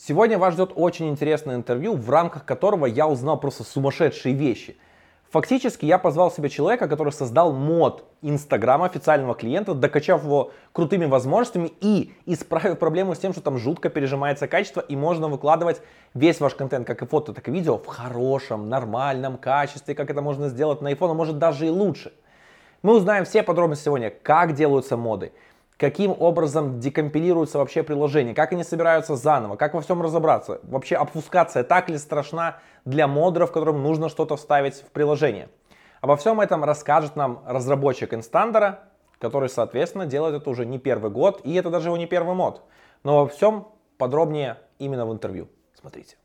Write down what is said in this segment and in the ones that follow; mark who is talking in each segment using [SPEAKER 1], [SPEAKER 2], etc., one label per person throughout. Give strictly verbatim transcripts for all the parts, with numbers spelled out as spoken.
[SPEAKER 1] Сегодня вас ждет очень интересное интервью, в рамках которого я узнал просто сумасшедшие вещи. Фактически я позвал себе человека, который создал мод Инстаграма официального клиента, докачав его крутыми возможностями и исправив проблему с тем, что там жутко пережимается качество и можно выкладывать весь ваш контент, как и фото, так и видео, в хорошем, нормальном качестве, как это можно сделать на iPhone, а может даже и лучше. Мы узнаем все подробности сегодня, как делаются моды, каким образом декомпилируются вообще приложения, как они собираются заново, как во всем разобраться. Вообще обфускация так ли страшна для модеров, которым нужно что-то вставить в приложение. Обо всем этом расскажет нам разработчик Instander, который, соответственно, делает это уже не первый год, и это даже его не первый мод. Но во всем подробнее именно в интервью. Смотрите.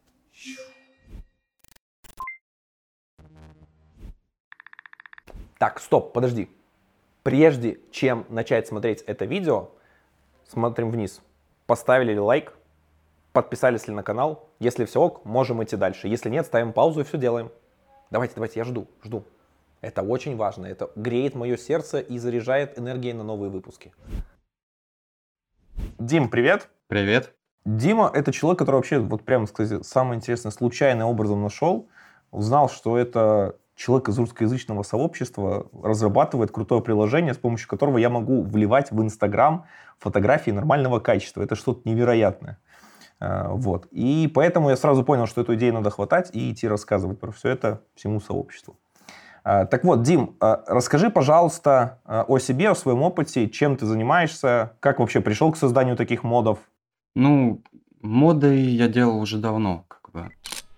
[SPEAKER 1] Так, стоп, подожди. Прежде чем начать смотреть это видео, смотрим вниз. Поставили ли лайк? Подписались ли на канал? Если все ок, можем идти дальше. Если нет, ставим паузу и все делаем. Давайте, давайте, я жду, жду. Это очень важно. Это греет мое сердце и заряжает энергией на новые выпуски. Дим, привет.
[SPEAKER 2] Привет.
[SPEAKER 1] Дима — это человек, который вообще, вот прямо сказать, самое интересное, случайным образом нашел. Узнал, что это человек из русскоязычного сообщества разрабатывает крутое приложение, с помощью которого я могу вливать в Инстаграм фотографии нормального качества. Это что-то невероятное. Вот. И поэтому я сразу понял, что эту идею надо хватать и идти рассказывать про все это всему сообществу. Так вот, Дим, расскажи, пожалуйста, о себе, о своем опыте, чем ты занимаешься, как вообще пришел к созданию таких модов?
[SPEAKER 2] Ну, моды я делал уже давно, как бы.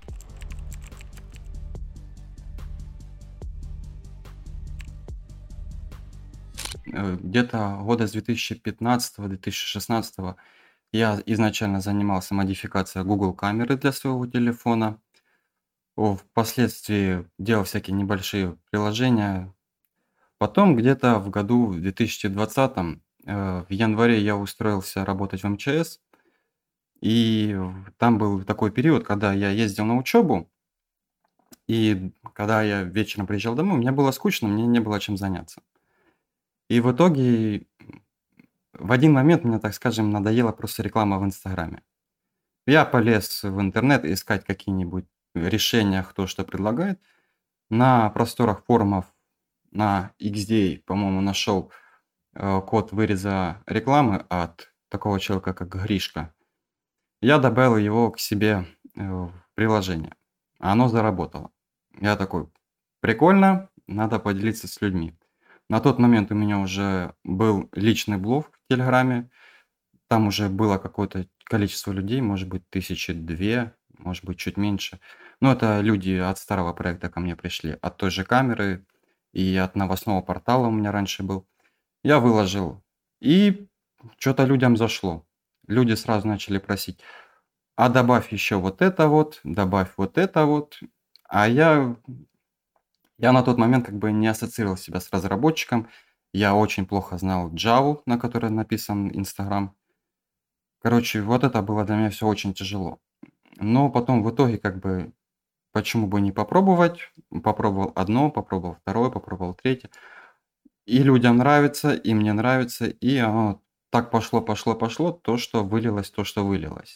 [SPEAKER 2] Где-то года с две тысячи пятнадцатого - две тысячи шестнадцатого я изначально занимался модификацией Google камеры для своего телефона. Впоследствии делал всякие небольшие приложения. Потом где-то в году в две тысячи двадцатом, э, в январе я устроился работать в эм че эс. И там был такой период, когда я ездил на учебу, и когда я вечером приезжал домой, мне было скучно, мне не было чем заняться. И в итоге в один момент мне, так скажем, надоела просто реклама в Инстаграме. Я полез в интернет искать какие-нибудь решения, кто что предлагает. На просторах форумов на икс ди эй, по-моему, нашел э, код выреза рекламы от такого человека, как Гришка. Я добавил его к себе э, в приложение. Оно заработало. Я такой, прикольно, надо поделиться с людьми. На тот момент у меня уже был личный блог в Телеграме. Там уже было какое-то количество людей, может быть, тысячи две, может быть, чуть меньше. Но это люди от старого проекта ко мне пришли, от той же камеры и от новостного портала у меня раньше был. Я выложил, и что-то людям зашло. Люди сразу начали просить, а добавь еще вот это вот, добавь вот это вот. А я, я на тот момент как бы не ассоциировал себя с разработчиком. Я очень плохо знал Java, на которой написан Instagram. Короче, вот это было для меня все очень тяжело. Но потом в итоге как бы, почему бы не попробовать? Попробовал одно, попробовал второе, попробовал третье. И людям нравится, и мне нравится, и оно так пошло, пошло, пошло, то, что вылилось, то, что вылилось.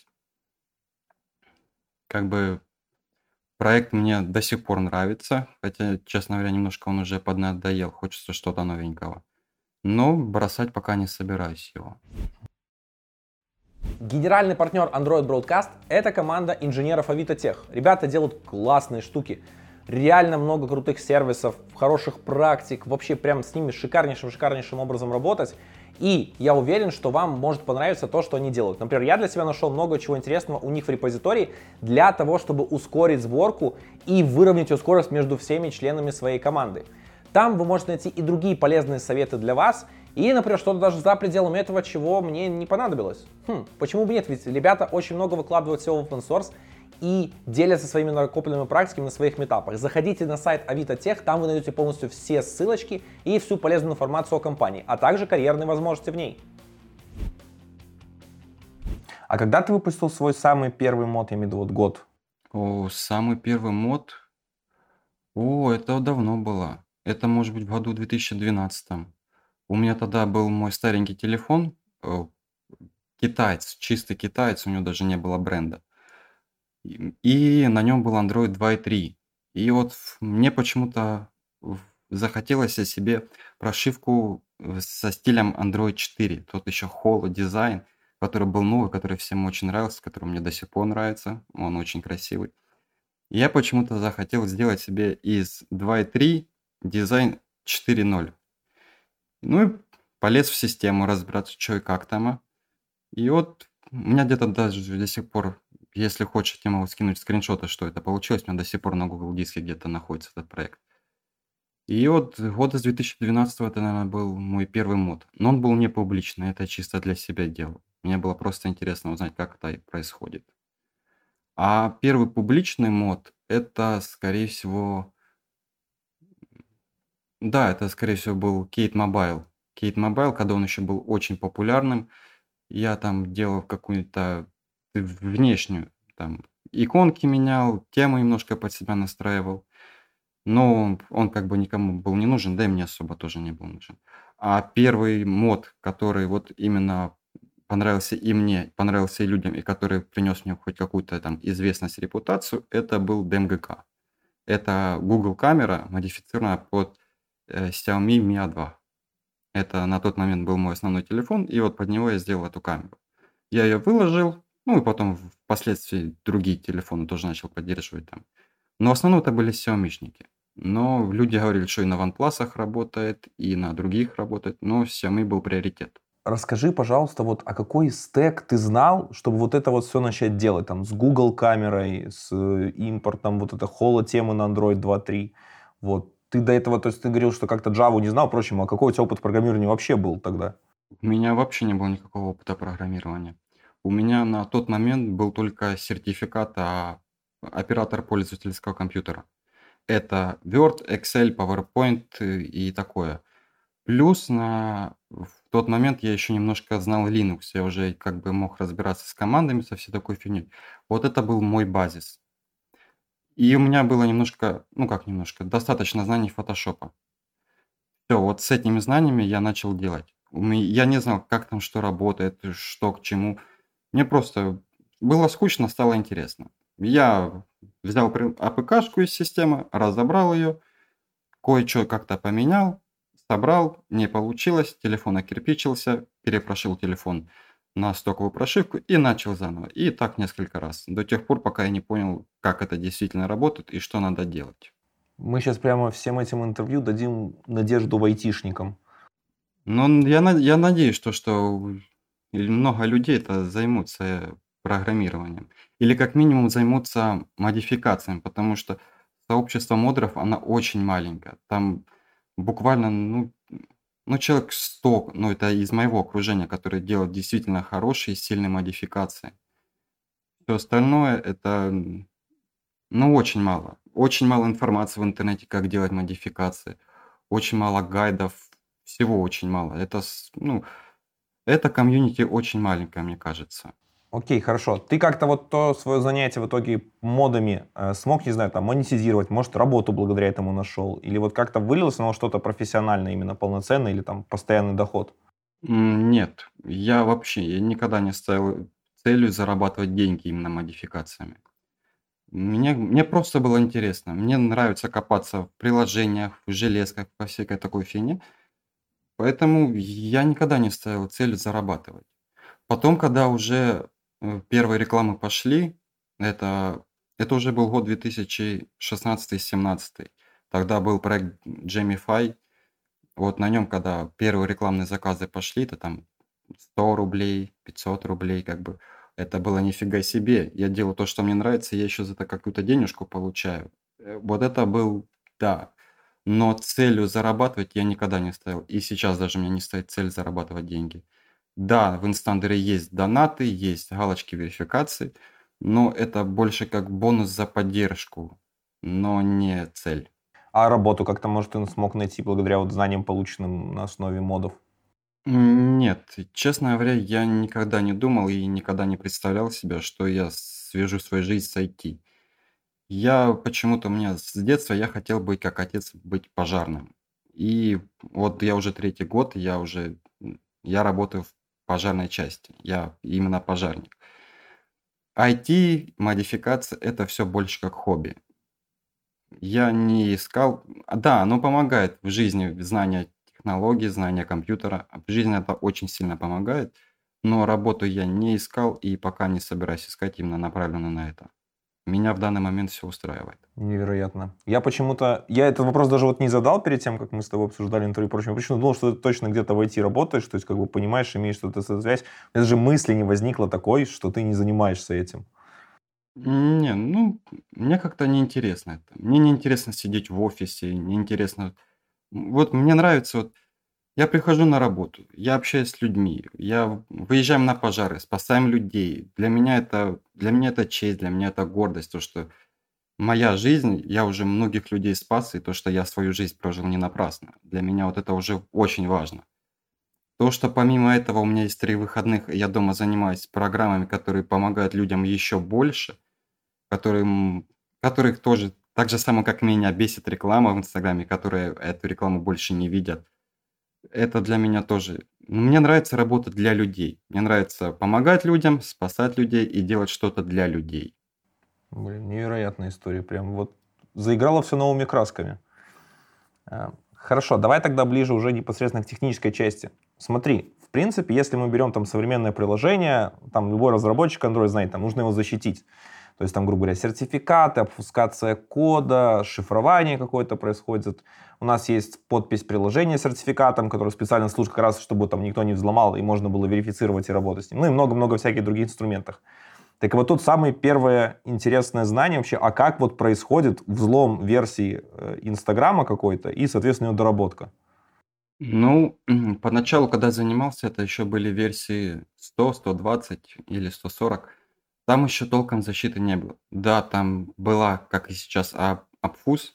[SPEAKER 2] Как бы проект мне до сих пор нравится, хотя, честно говоря, немножко он уже поднадоел, хочется что-то новенького. Но бросать пока не собираюсь его.
[SPEAKER 1] Генеральный партнер Android Broadcast — это команда инженеров Авито Тех. Ребята делают классные штуки. Реально много крутых сервисов, хороших практик. Вообще прям с ними шикарнейшим-шикарнейшим образом работать. И я уверен, что вам может понравиться то, что они делают. Например, я для себя нашел много чего интересного у них в репозитории для того, чтобы ускорить сборку и выровнять ее скорость между всеми членами своей команды. Там вы можете найти и другие полезные советы для вас, и, например, что-то даже за пределами этого, чего мне не понадобилось. Хм, почему бы нет? Ведь ребята очень много выкладывают всего в open source и делятся своими накопленными практиками на своих митапах. Заходите на сайт Авито Тех, там вы найдете полностью все ссылочки и всю полезную информацию о компании, а также карьерные возможности в ней. А когда ты выпустил свой самый первый мод, я имею в виду вот год?
[SPEAKER 2] О, самый первый мод? О, это давно было. Это может быть в году две тысячи двенадцатом. У меня тогда был мой старенький телефон, э, китаец, чистый китаец, у него даже не было бренда. И, и на нем был Android два и три. И вот ф- мне почему-то в- захотелось о себе прошивку э, со стилем Android четыре. Тот еще Holo дизайн, который был новый, который всем очень нравился, который мне до сих пор нравится. Он очень красивый. И я почему-то захотел сделать себе из два и три дизайн четыре ноль. Ну и полез в систему разбираться, что и как там. а. И вот у меня где-то даже до сих пор, если хочешь, я могу скинуть скриншоты, что это получилось. У меня до сих пор на Google диске где-то находится этот проект. И вот года с две тысячи двенадцатого это, наверное, был мой первый мод. Но он был не публичный, это чисто для себя делал. Мне было просто интересно узнать, как это и происходит. А первый публичный мод, это, скорее всего, да, это, скорее всего, был Kate Mobile. Kate Mobile, когда он еще был очень популярным, я там делал какую-то внешнюю, там иконки менял, тему немножко под себя настраивал. Но он, он как бы никому был не нужен, да и мне особо тоже не был нужен. А первый мод, который вот именно понравился и мне, понравился и людям, и который принес мне хоть какую-то там известность, репутацию, это был ди эм джи кей. Это Google камера, модифицированная под э, Xiaomi Mi A два. Это на тот момент был мой основной телефон, и вот под него я сделал эту камеру. Я ее выложил, ну и потом впоследствии другие телефоны тоже начал поддерживать там. Но в основном это были Xiaomi-шники. Но люди говорили, что и на OnePlus работает, и на других работает, но Xiaomi был приоритет.
[SPEAKER 1] Расскажи, пожалуйста, вот а какой стек ты знал, чтобы вот это вот все начать делать, там, с Google камерой, с э, импортом, вот это холо-темы на Android два три. Вот. Ты до этого, то есть ты говорил, что как-то Java не знал, впрочем, а какой у тебя опыт программирования вообще был тогда?
[SPEAKER 2] У меня вообще не было никакого опыта программирования. У меня на тот момент был только сертификат а, оператор пользовательского компьютера. Это Word, Excel, PowerPoint э, и такое. Плюс на в тот момент я еще немножко знал Linux, я уже как бы мог разбираться с командами, со всей такой фигней. Вот это был мой базис. И у меня было немножко, ну как немножко, достаточно знаний фотошопа. Все, вот с этими знаниями я начал делать. У ме Я не знал, как там что работает, что к чему. Мне просто было скучно, стало интересно. Я взял при АПКшку из системы, разобрал ее, кое-чё как-то поменял, собрал, не получилось, телефон окирпичился, перепрошил телефон на стоковую прошивку и начал заново. И так несколько раз. До тех пор, пока я не понял, как это действительно работает и что надо делать.
[SPEAKER 1] Мы сейчас прямо всем этим интервью дадим надежду в айтишникам.
[SPEAKER 2] Но н я на я надеюсь, то, что и много людей-то займутся программированием. Или как минимум займутся модификациями, потому что сообщество модеров, оно очень маленькое. Там буквально, ну, ну, человек сто, ну, это из моего окружения, которые делают действительно хорошие, сильные модификации. Все остальное- это, м, ну, очень мало. Очень мало информации в интернете, как делать модификации. Очень мало гайдов, всего очень мало. Это с ну, это комьюнити очень маленькое, мне кажется.
[SPEAKER 1] Окей, хорошо. Ты как-то вот то свое занятие в итоге модами э, смог, не знаю, там, монетизировать, может, работу благодаря этому нашел, или вот как-то вылилось на что-то профессиональное, именно полноценное, или там постоянный доход?
[SPEAKER 2] М, нет, я вообще, я никогда не ставил целью зарабатывать деньги именно модификациями. Мне мне просто было интересно. Мне нравится копаться в приложениях, в железках, по всякой такой фигне. Поэтому я никогда не ставил цель зарабатывать. Потом, когда уже, э, первые рекламы пошли, это это уже был год две тысячи шестнадцатый семнадцатый. Тогда был проект Gemify. Вот на нем, когда первые рекламные заказы пошли, это там сто рублей, пятьсот рублей, как бы. Это было нифига себе. Я делаю то, что мне нравится, я еще за это какую-то денежку получаю. Э, вот это был, да. Но целью зарабатывать я никогда не ставил. И сейчас даже у меня не стоит цель зарабатывать деньги. Да, в Инстандере есть донаты, есть галочки верификации, но это больше как бонус за поддержку, но не цель.
[SPEAKER 1] А работу как-то, может, ты смог найти благодаря вот знаниям, полученным на основе модов?
[SPEAKER 2] М, Нет, честно говоря, я никогда не думал и никогда не представлял себя, что я свяжу свою жизнь с I T. Я почему-то, у меня с детства я хотел быть как отец, быть пожарным. И вот я уже третий год, я уже, м, я работаю в пожарной части, я именно пожарник. ай ти, модификация– это все больше как хобби. Я не искал. а, Да, оно помогает в жизни, знание технологий, знание компьютера. В жизни это очень сильно помогает, но работу я не искал и пока не собираюсь искать именно направленно на это. Меня в данный момент все устраивает.
[SPEAKER 1] Невероятно. Я почему-то... Я этот вопрос даже вот не задал перед тем, как мы с тобой обсуждали интервью и прочее. Я почему-то думал, что ты точно где-то в ай ти работаешь, то есть как бы понимаешь, имеешь что-то со связь. У меня даже мысли не возникло такой, что ты не занимаешься этим.
[SPEAKER 2] Не, ну, мне как-то неинтересно это. Мне неинтересно сидеть в офисе, неинтересно. Вот мне нравится, вот я прихожу на работу, я общаюсь с людьми, я выезжаем на пожары, спасаем людей. Для меня это, для меня это честь, для меня это гордость, то, что моя жизнь, я уже многих людей спас, и то, что я свою жизнь прожил не напрасно. Для меня вот это уже очень важно. То, что помимо этого у меня есть три выходных, и я дома занимаюсь программами, которые помогают людям еще больше, которым, которых тоже так же само, как меня, бесит реклама в Инстаграме, которые эту рекламу больше не видят. Это для меня тоже. Ну, мне нравится работать для людей. Мне нравится помогать людям, спасать людей и делать что-то для людей.
[SPEAKER 1] Блин, невероятная история. Прям вот заиграло все новыми красками. А, Хорошо, давай тогда ближе уже непосредственно к технической части. Смотри, в принципе, если мы берем там современное приложение, там любой разработчик Android знает, там нужно его защитить. То есть там, грубо говоря, сертификаты, обфускация кода, шифрование какое-то происходит. У нас есть подпись приложения с сертификатом, который специально служит как раз, чтобы там никто не взломал, и можно было верифицировать и работать с ним. Ну и много-много всяких других инструментов. Так вот тут самое первое интересное знание вообще, а как вот происходит взлом версии э, Инстаграма какой-то и, соответственно, ее доработка.
[SPEAKER 2] Ну, поначалу, когда занимался, это еще были версии сто, сто двадцать или сто сорок. Там еще толком защиты не было. Да, там была, как и сейчас, а- Апфус.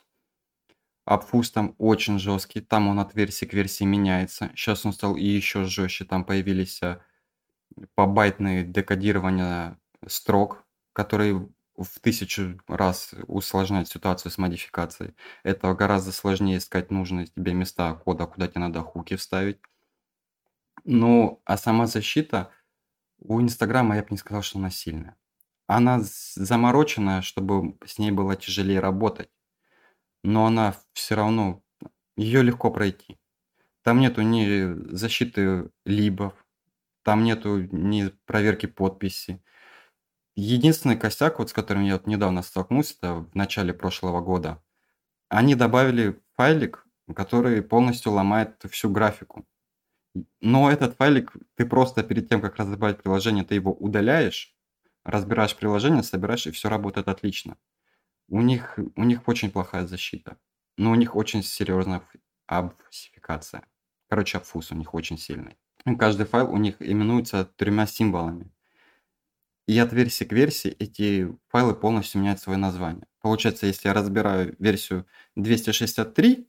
[SPEAKER 2] Апфус там очень жесткий. Там он от версии к версии меняется. Сейчас он стал и еще жестче. Там появились а, побайтные декодирования строк, которые в тысячу раз усложняют ситуацию с модификацией. Это гораздо сложнее искать нужные тебе места кода, куда тебе надо хуки вставить. Ну, а сама защита у Инстаграма, я бы не сказал, что она сильная. Она з- замороченная, чтобы с ней было тяжелее работать, но она все равно, ее легко пройти. Там нету ни защиты либов, там нету ни проверки подписи. Единственный косяк, вот с которым я вот недавно столкнулся, это в начале прошлого года, они добавили файлик, который полностью ломает всю графику. Но этот файлик, ты просто перед тем, как разобрать приложение, ты его удаляешь, разбираешь приложение, собираешь, и все работает отлично. У них, у них очень плохая защита, но у них очень серьезная обфусификация. Короче, обфус у них очень сильный. И каждый файл у них именуется тремя символами. И от версии к версии эти файлы полностью меняют свое название. Получается, если я разбираю версию двести шестьдесят три,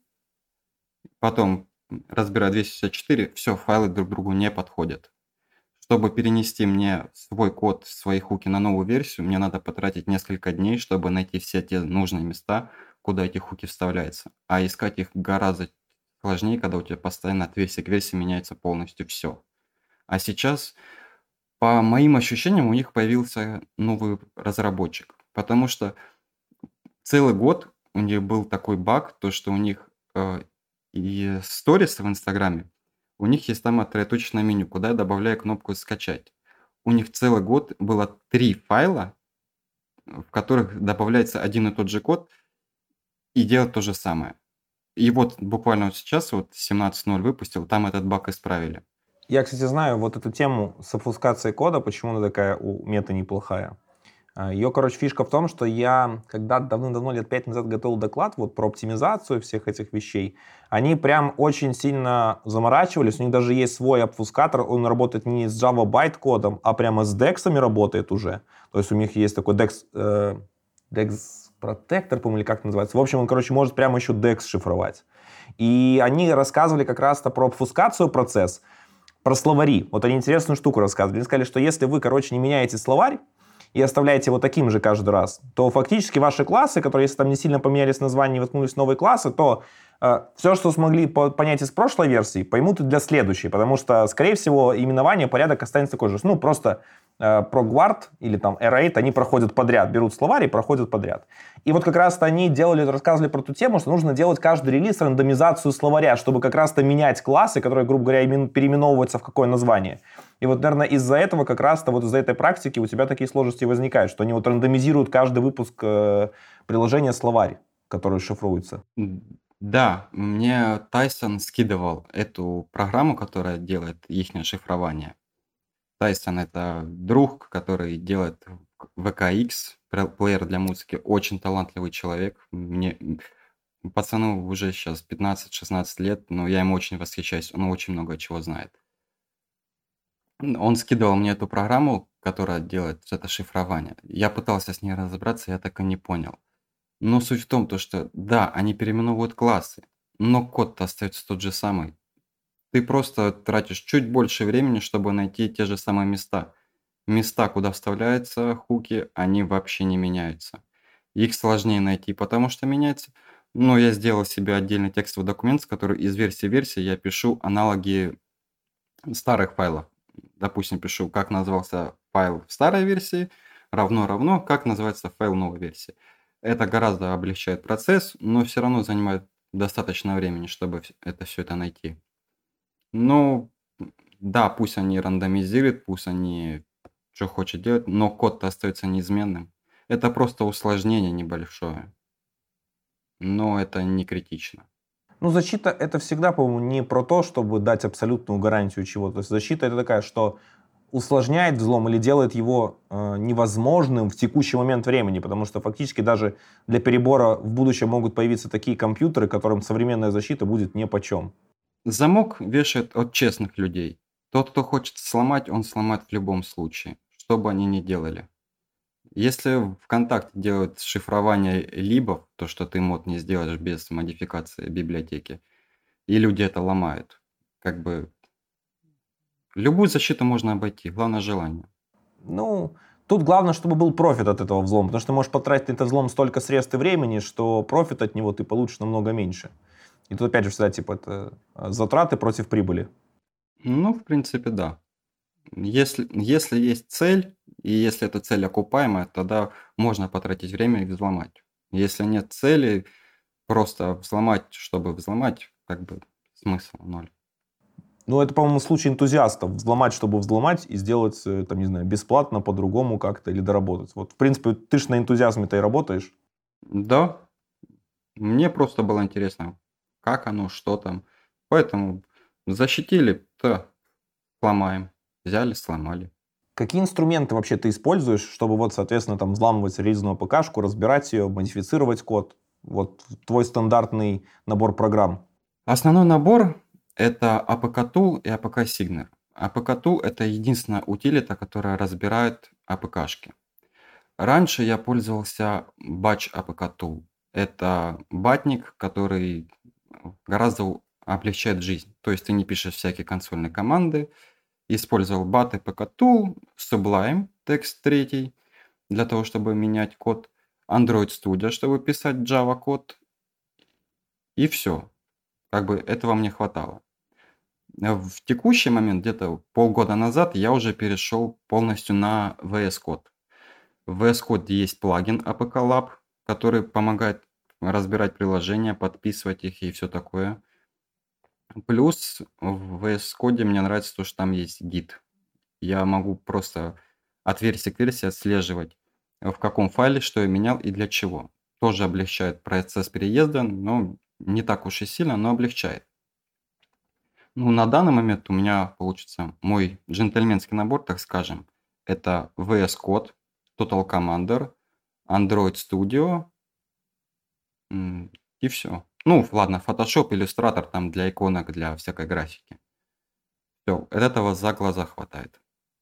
[SPEAKER 2] потом разбираю двести шестьдесят четыре, все, файлы друг другу не подходят. Чтобы перенести мне свой код, свои хуки на новую версию, мне надо потратить несколько дней, чтобы найти все те нужные места, куда эти хуки вставляются. А искать их гораздо сложнее, когда у тебя постоянно от версии к версии меняется полностью все. А сейчас, по моим ощущениям, у них появился новый разработчик. Потому что целый год у них был такой баг, то что у них э, и сторис в Инстаграме, у них есть там троеточное меню, куда я добавляю кнопку «Скачать». У них целый год было три файла, в которых добавляется один и тот же код и делает то же самое. И вот буквально вот сейчас, вот семнадцать ноль выпустил, там этот баг исправили.
[SPEAKER 1] Я, кстати, знаю вот эту тему с обфускацией кода, почему она такая у мета неплохая. А, Ее, короче, фишка в том, что я, когда давным-давно, лет пять назад готовил доклад вот про оптимизацию всех этих вещей, они прям очень сильно заморачивались. У них даже есть свой обфускатор, он работает не с Java Byte кодом, а прямо с дексами работает уже. То есть у них есть такой Dex, э, Dex Protector, по-моему, или как это называется. В общем, он, короче, может прямо еще Dex шифровать. И они рассказывали как раз-то про обфускацию процесс, про словари. Вот они интересную штуку рассказывали. Они сказали, что если вы, короче, не меняете словарь, и оставляете его таким же каждый раз, то фактически ваши классы, которые, если там не сильно поменялись названия и воткнулись в новые классы, то все, что смогли понять из прошлой версии, поймут и для следующей, потому что, скорее всего, именование, порядок останется такой же. Ну, просто ProgGuard или там эр восемь, они проходят подряд, берут словарь и проходят подряд. И вот как раз-то они делали, рассказывали про ту тему, что нужно делать каждый релиз рандомизацию словаря, чтобы как раз-то менять классы, которые, грубо говоря, переименовываются в какое название. И вот, наверное, из-за этого как раз-то, вот из-за этой практики у тебя такие сложности возникают, что они вот рандомизируют каждый выпуск э, приложения словарь, который шифруется.
[SPEAKER 2] Да, мне Тайсон скидывал эту программу, которая делает их шифрование. Тайсон — это друг, который делает ви кей икс, плеер для музыки, очень талантливый человек. Мне, пацану уже сейчас пятнадцать-шестнадцать лет, но я ему очень восхищаюсь, он очень много чего знает. Он скидывал мне эту программу, которая делает это шифрование. Я пытался с ней разобраться, я так и не понял. Но суть в том, то, что да, они переименовывают классы, но код-то остается тот же самый. Ты просто тратишь чуть больше времени, чтобы найти те же самые места. Места, куда вставляются хуки, они вообще не меняются. Их сложнее найти, потому что меняется. Но я сделал себе отдельный текстовый документ, с которым из версии в версию я пишу аналоги старых файлов. Допустим, пишу, как назывался файл в старой версии, равно-равно, как называется файл новой версии. Это гораздо облегчает процесс, но все равно занимает достаточно времени, чтобы это все это найти. Ну, да, пусть они рандомизируют, пусть они что хотят делать, но код-то остается неизменным. Это просто усложнение небольшое, но это не критично.
[SPEAKER 1] Ну, защита — это всегда, по-моему, не про то, чтобы дать абсолютную гарантию чего-то. То есть защита — это такая, что усложняет взлом или делает его э, невозможным в текущий момент времени, потому что фактически даже для перебора в будущем могут появиться такие компьютеры, которым современная защита будет нипочем.
[SPEAKER 2] Замок вешает от честных людей. Тот, кто хочет сломать, он сломает в любом случае, что бы они ни делали. Если ВКонтакте делают шифрование либо, то, что ты мод не сделаешь без модификации библиотеки, и люди это ломают, как бы любую защиту можно обойти, главное желание.
[SPEAKER 1] Ну, тут главное, чтобы был профит от этого взлома, потому что ты можешь потратить на этот взлом столько средств и времени, что профит от него ты получишь намного меньше. И тут опять же всегда типа это затраты против прибыли.
[SPEAKER 2] Ну, в принципе, да. Если, если есть цель, и если эта цель окупаемая, тогда можно потратить время и взломать. Если нет цели, просто взломать, чтобы взломать, как бы смысл ноль.
[SPEAKER 1] Ну, это, по-моему, случай энтузиастов. Взломать, чтобы взломать, и сделать, там, не знаю, бесплатно, по-другому как-то, или доработать. Вот, в принципе, ты ж на энтузиазме-то и работаешь.
[SPEAKER 2] Да, мне просто было интересно, как оно, что там. Поэтому защитили, то сломаем. Взяли, сломали.
[SPEAKER 1] Какие инструменты вообще ты используешь, чтобы вот, соответственно, там взламывать релизную ПКшку, разбирать ее, модифицировать код? Вот твой стандартный набор программ.
[SPEAKER 2] Основной набор — это эй пи кей-Tool и эй пи кей-Signer. эй пи кей-Tool — это единственная утилита, которая разбирает эй пи кей-шки. Раньше я пользовался Batch эй пи кей-Tool. Это батник, который гораздо облегчает жизнь. То есть ты не пишешь всякие консольные команды. Использовал bat эй пи кей-Tool, Sublime, текст третий, для того, чтобы менять код, Android Studio, чтобы писать Java код. И все. Как бы этого мне хватало. В текущий момент, где-то полгода назад, я уже перешел полностью на ви эс Code. В ви эс Code есть плагин эй пи кей Lab, который помогает разбирать приложения, подписывать их и все такое. Плюс в ви эс Code мне нравится то, что там есть гид. Я могу просто от версии к версии отслеживать, в каком файле что я менял и для чего. Тоже облегчает процесс переезда, но не так уж и сильно, но облегчает. Ну, на данный момент у меня получится мой джентльменский набор, так скажем. Это ви эс Code, Total Commander, Android Studio и все. Ну, ладно, Photoshop, Illustrator там для иконок, для всякой графики. Все, от этого за глаза хватает.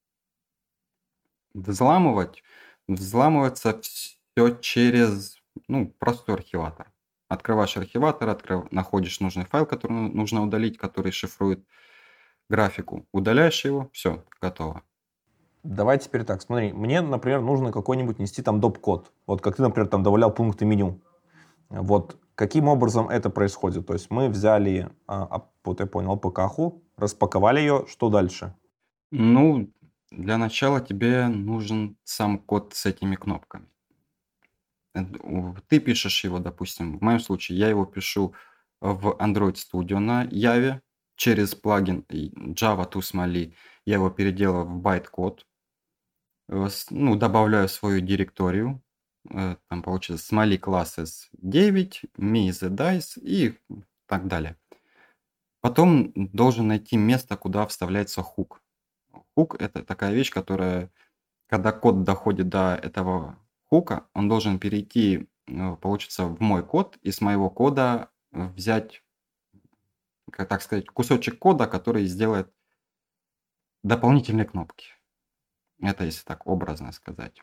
[SPEAKER 2] Взламывать. Взламывается все через, ну, простой архиватор. Открываешь архиватор, открыв... находишь нужный файл, который нужно удалить, который шифрует графику. Удаляешь его, все, готово.
[SPEAKER 1] Давай теперь так, смотри, мне, например, нужно какой-нибудь нести там доп-код. Вот как ты, например, там добавлял пункты меню. Вот Каким образом это происходит? То есть мы взяли, а, ап- вот я понял, АПК-ху, распаковали ее, что дальше?
[SPEAKER 2] Ну, для начала тебе нужен сам код с этими кнопками. Э, у Ты пишешь его, допустим, в моем случае я его пишу в Android Studio на Java через плагин и Java to Smally. Я его переделал в байт-код, э, с- ну, добавляю в свою директорию. э, Там получится Smally classes девять, me the dice и так далее. Потом должен найти место, куда вставляется хук. Хук — это такая вещь, которая, когда код доходит до этого хука, он должен перейти, э, получится, в мой код, и с моего кода э, взять, как так сказать, кусочек кода, который сделает дополнительные кнопки. Это если так образно сказать.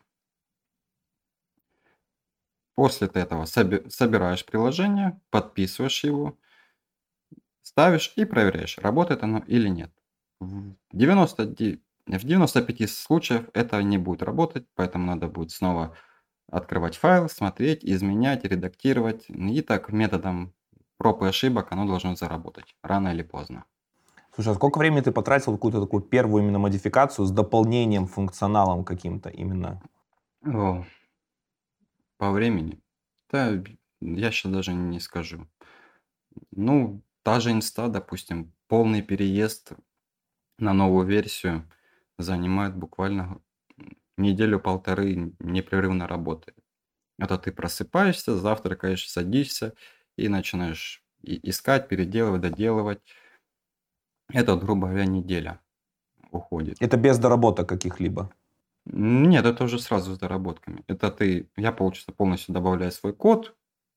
[SPEAKER 2] После ты этого соби- собираешь приложение, подписываешь его, ставишь и проверяешь, работает оно или нет. В девяноста де- в девяноста пяти случаях это не будет работать, поэтому надо будет снова открывать файл, смотреть, изменять, редактировать. И так методом проб и ошибок оно должно заработать рано или поздно.
[SPEAKER 1] Слушай, а сколько времени ты потратил на какую-то такую первую именно модификацию с дополнением, функционалом каким-то именно?
[SPEAKER 2] О, по времени? Да, я сейчас даже не скажу. Ну, та же инста, допустим, полный переезд на новую версию занимает буквально неделю-полторы непрерывно работы. Это ты просыпаешься, завтракаешь, садишься и начинаешь и- искать, переделывать, доделывать. Это, вот, грубо говоря, неделя уходит.
[SPEAKER 1] Это без доработок каких-либо.
[SPEAKER 2] Нет, это уже сразу с доработками. Это ты, я, получится, полностью добавляю свой код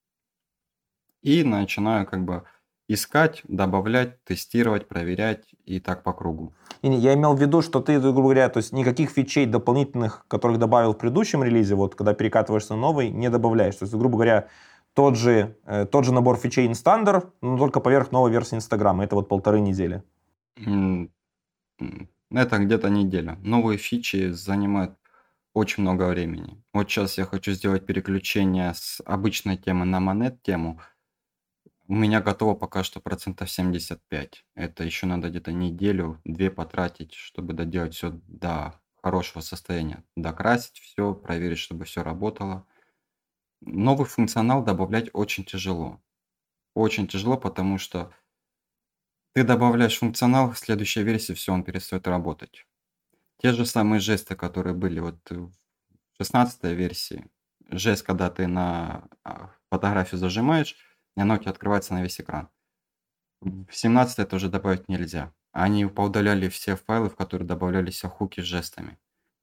[SPEAKER 2] и начинаю как бы искать, добавлять, тестировать, проверять и так по кругу.
[SPEAKER 1] И не- я имел в виду, что ты, грубо говоря, то есть никаких фичей дополнительных, которых добавил в предыдущем релизе, вот когда перекатываешься на новый, не добавляешь. То есть, грубо говоря, тот же, э, тот же набор фичей InStandard, но только поверх новой версии Инстаграма. Это вот полторы недели.
[SPEAKER 2] М, м, Это где-то неделя. Новые фичи занимают очень много времени. Вот сейчас я хочу сделать переключение с обычной темы на монет-тему. У меня готово пока что процентов семьдесят пять. Это еще надо где-то неделю-две потратить, чтобы доделать все до хорошего состояния. Докрасить все, проверить, чтобы все работало. Новый функционал добавлять очень тяжело. Очень тяжело, потому что ты добавляешь функционал, в следующей версии все, он перестает работать. Те же самые жесты, которые были вот в шестнадцатой версии. Жест, когда ты на а, фотографию зажимаешь, и оно у тебя открывается на весь экран. В семнадцатой это уже добавить нельзя. Они поудаляли все файлы, в которые добавлялись хуки с жестами.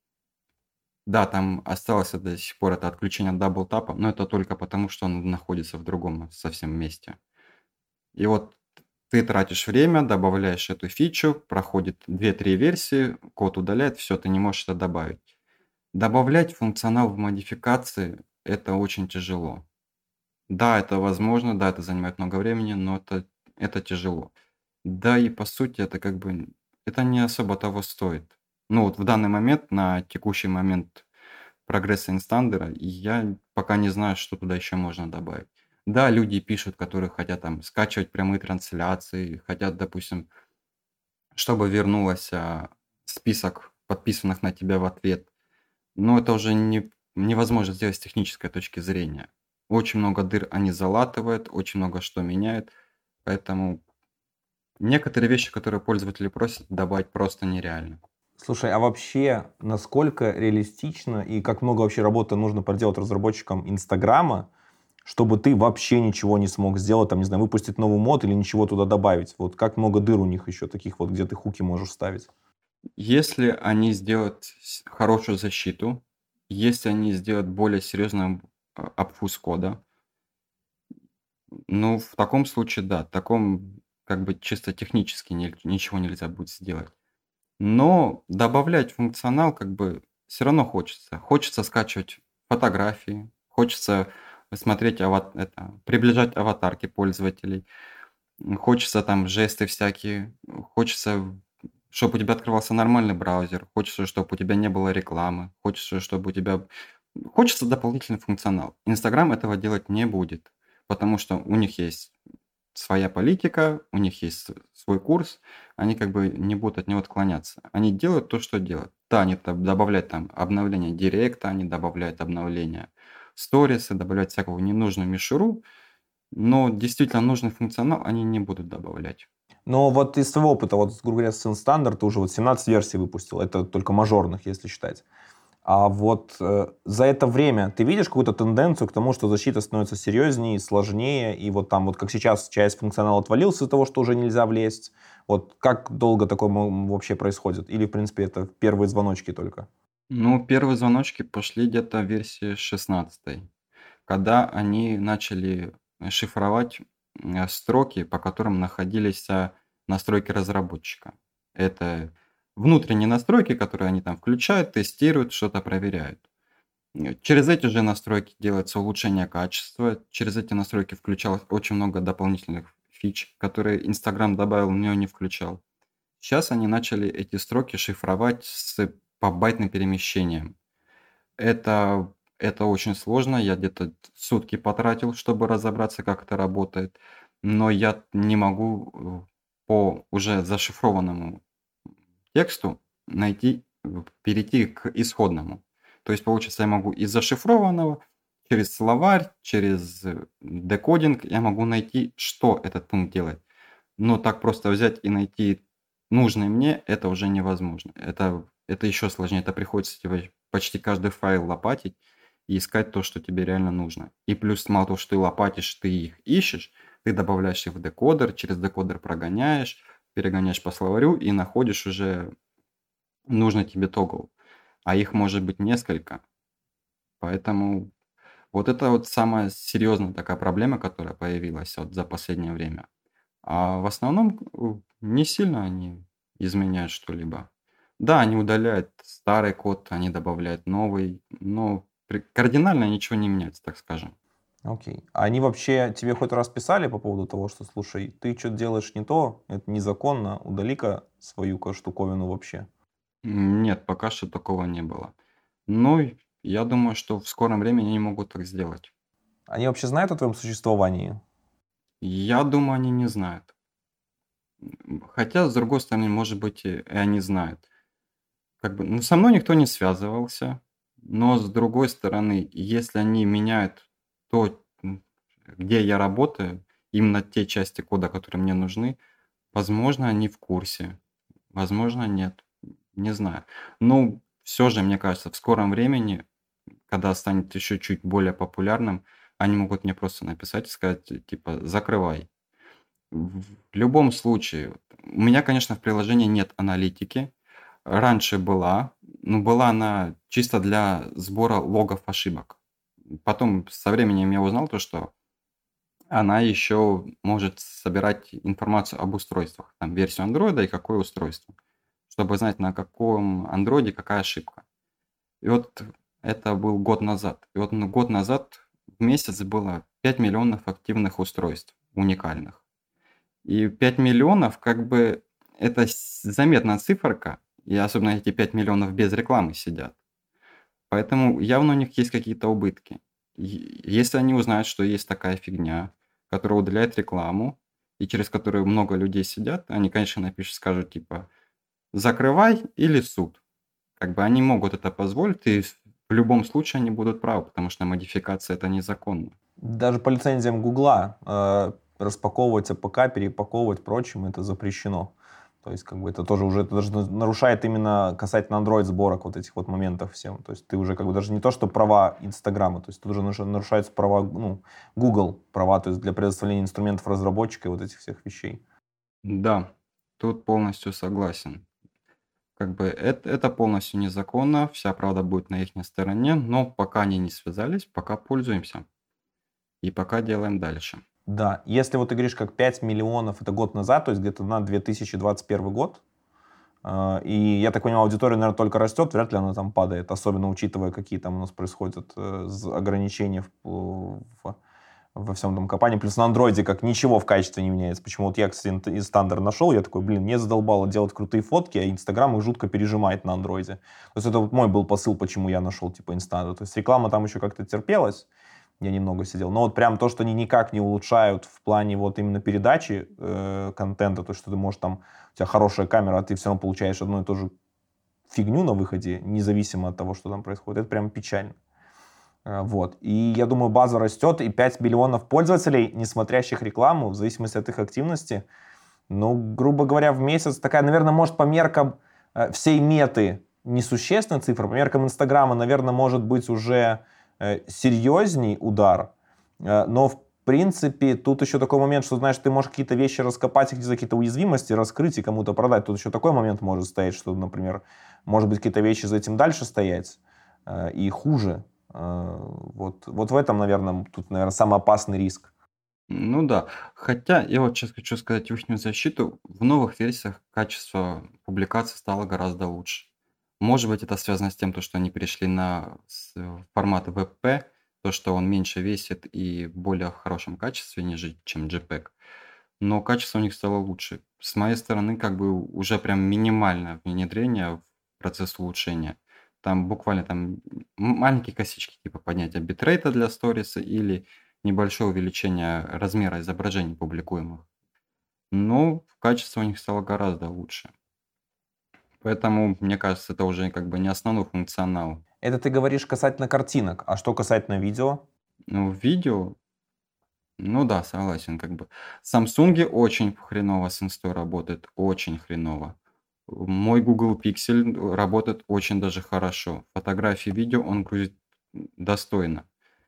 [SPEAKER 2] Да, там осталось до сих пор это отключение от даблтапа, но это только потому, что он находится в другом совсем месте. И вот ты тратишь время, добавляешь эту фичу, проходит две-три версии, код удаляет, все, ты не можешь это добавить. Добавлять функционал в модификации — это очень тяжело. Да, это возможно, да, это занимает много времени, но это, это тяжело. Да, и по сути это как бы, это не особо того стоит. Ну вот в данный момент, на текущий момент прогресса инстандера, я пока не знаю, что туда еще можно добавить. Да, люди пишут, которые хотят там скачивать прямые трансляции, хотят, допустим, чтобы вернулось а, список подписанных на тебя в ответ. Но это уже не, невозможно сделать с технической точки зрения. Очень много дыр они залатывают, очень много что меняют. Поэтому некоторые вещи, которые пользователи просят, добавить просто нереально.
[SPEAKER 1] Слушай, а вообще, насколько реалистично и как много вообще работы нужно проделать разработчикам Инстаграма, чтобы ты вообще ничего не смог сделать, там, не знаю, выпустить новый мод или ничего туда добавить? Вот как много дыр у них еще таких вот, где ты хуки можешь ставить?
[SPEAKER 2] Если они сделают с- хорошую защиту, если они сделают более серьезный обфуз кода, ну, в таком случае, да, в таком как бы чисто технически не- ничего нельзя будет сделать. Но добавлять функционал как бы все равно хочется. Хочется скачивать фотографии, хочется смотреть ава это, приближать аватарки пользователей, м, хочется там жесты всякие, хочется, чтобы у тебя открывался нормальный браузер, хочется, чтобы у тебя не было рекламы, хочется, чтобы у тебя хочется дополнительный функционал. Инстаграм этого делать не будет. потому что у них есть своя политика, у них есть с- свой курс, они как бы не будут от него отклоняться. Они делают то, что делают. Да, они там добавляют там обновление директа, они добавляют обновления сторисы, добавляют всякого ненужную мишуру, но действительно нужный функционал они не будут добавлять.
[SPEAKER 1] Но вот из твоего опыта, вот, грубо говоря, Сын Стандарт, ты уже вот семнадцать версий выпустил, это только мажорных, если считать. А вот э, за это время ты видишь какую-то тенденцию к тому, что защита становится серьезнее, сложнее, и вот там вот как сейчас часть функционала отвалился из-за того, что уже нельзя влезть. Вот как долго такое мо- вообще происходит? Или, в принципе, это первые звоночки только?
[SPEAKER 2] Ну, первые звоночки пошли где-то в версии шестнадцатой, когда они начали э, шифровать э, строки, по которым находились а, настройки разработчика. Это внутренние настройки, которые они там включают, тестируют, что-то проверяют. Э, Через эти же настройки делается улучшение качества, через эти настройки включалось очень много дополнительных фич, которые Инстаграм добавил, но не включал. Сейчас они начали эти строки шифровать с побайтным перемещением. Это, это очень сложно. Я где-то сутки потратил, чтобы разобраться, как это работает. Но я не могу э, по уже зашифрованному тексту найти, э, перейти к исходному. То есть, получается, я могу из зашифрованного через словарь, через э, декодинг я могу найти, что этот пункт делает. Но так просто взять и найти нужный мне, это уже невозможно. Это, это еще сложнее. Это приходится тебе почти каждый файл лопатить и искать то, что тебе реально нужно. И плюс мало того, что ты лопатишь, ты их ищешь, ты добавляешь их в декодер, через декодер прогоняешь, перегоняешь по словарю и находишь уже нужный тебе тогл. А их может быть несколько. Поэтому вот это вот самая серьезная такая проблема, которая появилась вот за последнее время. А в основном э, не сильно они изменяют что-либо. Да, они удаляют старый код, они добавляют новый, но при- кардинально ничего не меняется, так скажем.
[SPEAKER 1] Окей. А они вообще тебе хоть раз писали по поводу того, что, слушай, ты что-то делаешь не то, это незаконно, удали-ка свою ка- штуковину вообще?
[SPEAKER 2] М, Нет, пока что такого не было. Но я думаю, что в скором времени они могут так сделать.
[SPEAKER 1] Они вообще знают о твоем существовании?
[SPEAKER 2] Я думаю, они не знают. М, Хотя, с другой стороны, может быть, и и они знают. Как бы, ну, со мной никто не связывался, но с другой стороны, если они меняют то, м, где я работаю, именно те части кода, которые мне нужны, возможно, они в курсе, возможно, нет, не знаю. Но все же, мне кажется, в скором времени, когда станет еще чуть более популярным, они могут мне просто написать и сказать, э, типа, закрывай. В любом случае, у меня, конечно, в приложении нет аналитики. Раньше была, но была она чисто для сбора логов ошибок. Потом со временем я узнал то, что она еще может собирать информацию об устройствах, там версию андроида и какое устройство, чтобы знать, на каком андроиде какая ошибка. И вот это был год назад. И вот ну, год назад в месяц было пять миллионов активных устройств уникальных. И пять миллионов, как бы, это с заметная циферка, и особенно эти пять миллионов без рекламы сидят. Поэтому явно у них есть какие-то убытки. И если они узнают, что есть такая фигня, которая удаляет рекламу, и через которую много людей сидят, они, конечно, напишут, скажут типа «закрывай» или «суд». Как бы они могут это позволить, и в любом случае они будут правы, потому что модификация это незаконно.
[SPEAKER 1] Даже по лицензиям Гугла э, распаковывать АПК, перепаковывать прочим, это запрещено. То есть, как бы это тоже уже это даже нарушает именно касательно Android сборок вот этих вот моментов всем. То есть ты уже как бы даже не то, что права Инстаграма, то есть тут уже наруш- нарушаются права, ну, Google права, то есть для предоставления инструментов разработчика и вот этих всех вещей.
[SPEAKER 2] Да, тут полностью согласен. Как бы это, это полностью незаконно, вся правда будет на их стороне, но пока они не связались, пока пользуемся и пока делаем дальше.
[SPEAKER 1] Да, если вот ты говоришь, как пять миллионов, это год назад, то есть где-то на две тысячи двадцать первый год, а, и я так понимаю, аудитория, наверное, только растет, вряд ли она там падает, особенно учитывая, какие там у нас происходят э, з- ограничения в, в- во всем этом компании. Плюс на андроиде как ничего в качестве не меняется. Почему вот я, кстати, ин- из стандарт нашел, я такой, блин, мне задолбало делать крутые фотки, а Инстаграм их жутко пережимает на андроиде. То есть это вот мой был посыл, почему я нашел типа инстанта. То есть реклама там еще как-то терпелась, я немного сидел. Но вот прям то, что они никак не улучшают в плане вот именно передачи э, контента, то, что ты можешь там, у тебя хорошая камера, а ты все равно получаешь одну и ту же фигню на выходе, независимо от того, что там происходит. Это прям печально. Э, вот. И я думаю, база растет, и пять миллионов пользователей, не смотрящих рекламу, в зависимости от их активности, ну, грубо говоря, в месяц такая, наверное, может, по меркам э, всей меты несущественная цифра, по меркам Инстаграма, наверное, может быть уже э, серьезней удар, э, но в принципе тут еще такой момент, что, знаешь, ты можешь какие-то вещи раскопать, где какие-то уязвимости, раскрыть и кому-то продать. Тут еще такой момент может стоять, что, например, может быть, какие-то вещи за этим дальше стоять э, и хуже. Э, вот, вот в этом, наверное, тут, наверное, самый опасный риск.
[SPEAKER 2] Ну да. Хотя я вот сейчас хочу сказать в ихнюю защиту. В новых версиях качество публикаций стало гораздо лучше. Может быть, это связано с тем, то, что они перешли на с- э, формат ви пи, то, что он меньше весит и в более хорошем качестве, нежели чем JPEG. Но качество у них стало лучше. С моей стороны, как бы уже прям минимальное внедрение в процесс улучшения. Там буквально там м- маленькие косички, типа поднятия битрейта для сториса или небольшое увеличение размера изображений публикуемых. Но качество у них стало гораздо лучше. Поэтому, мне кажется, это уже как бы не основной функционал.
[SPEAKER 1] Это ты говоришь касательно картинок, а что касательно видео?
[SPEAKER 2] Но в видео, ну да, согласен, как бы. Samsung очень хреново с инстой работает, очень хреново. Мой Google Pixel работает очень даже хорошо. Фотографии, видео он грузит достойно.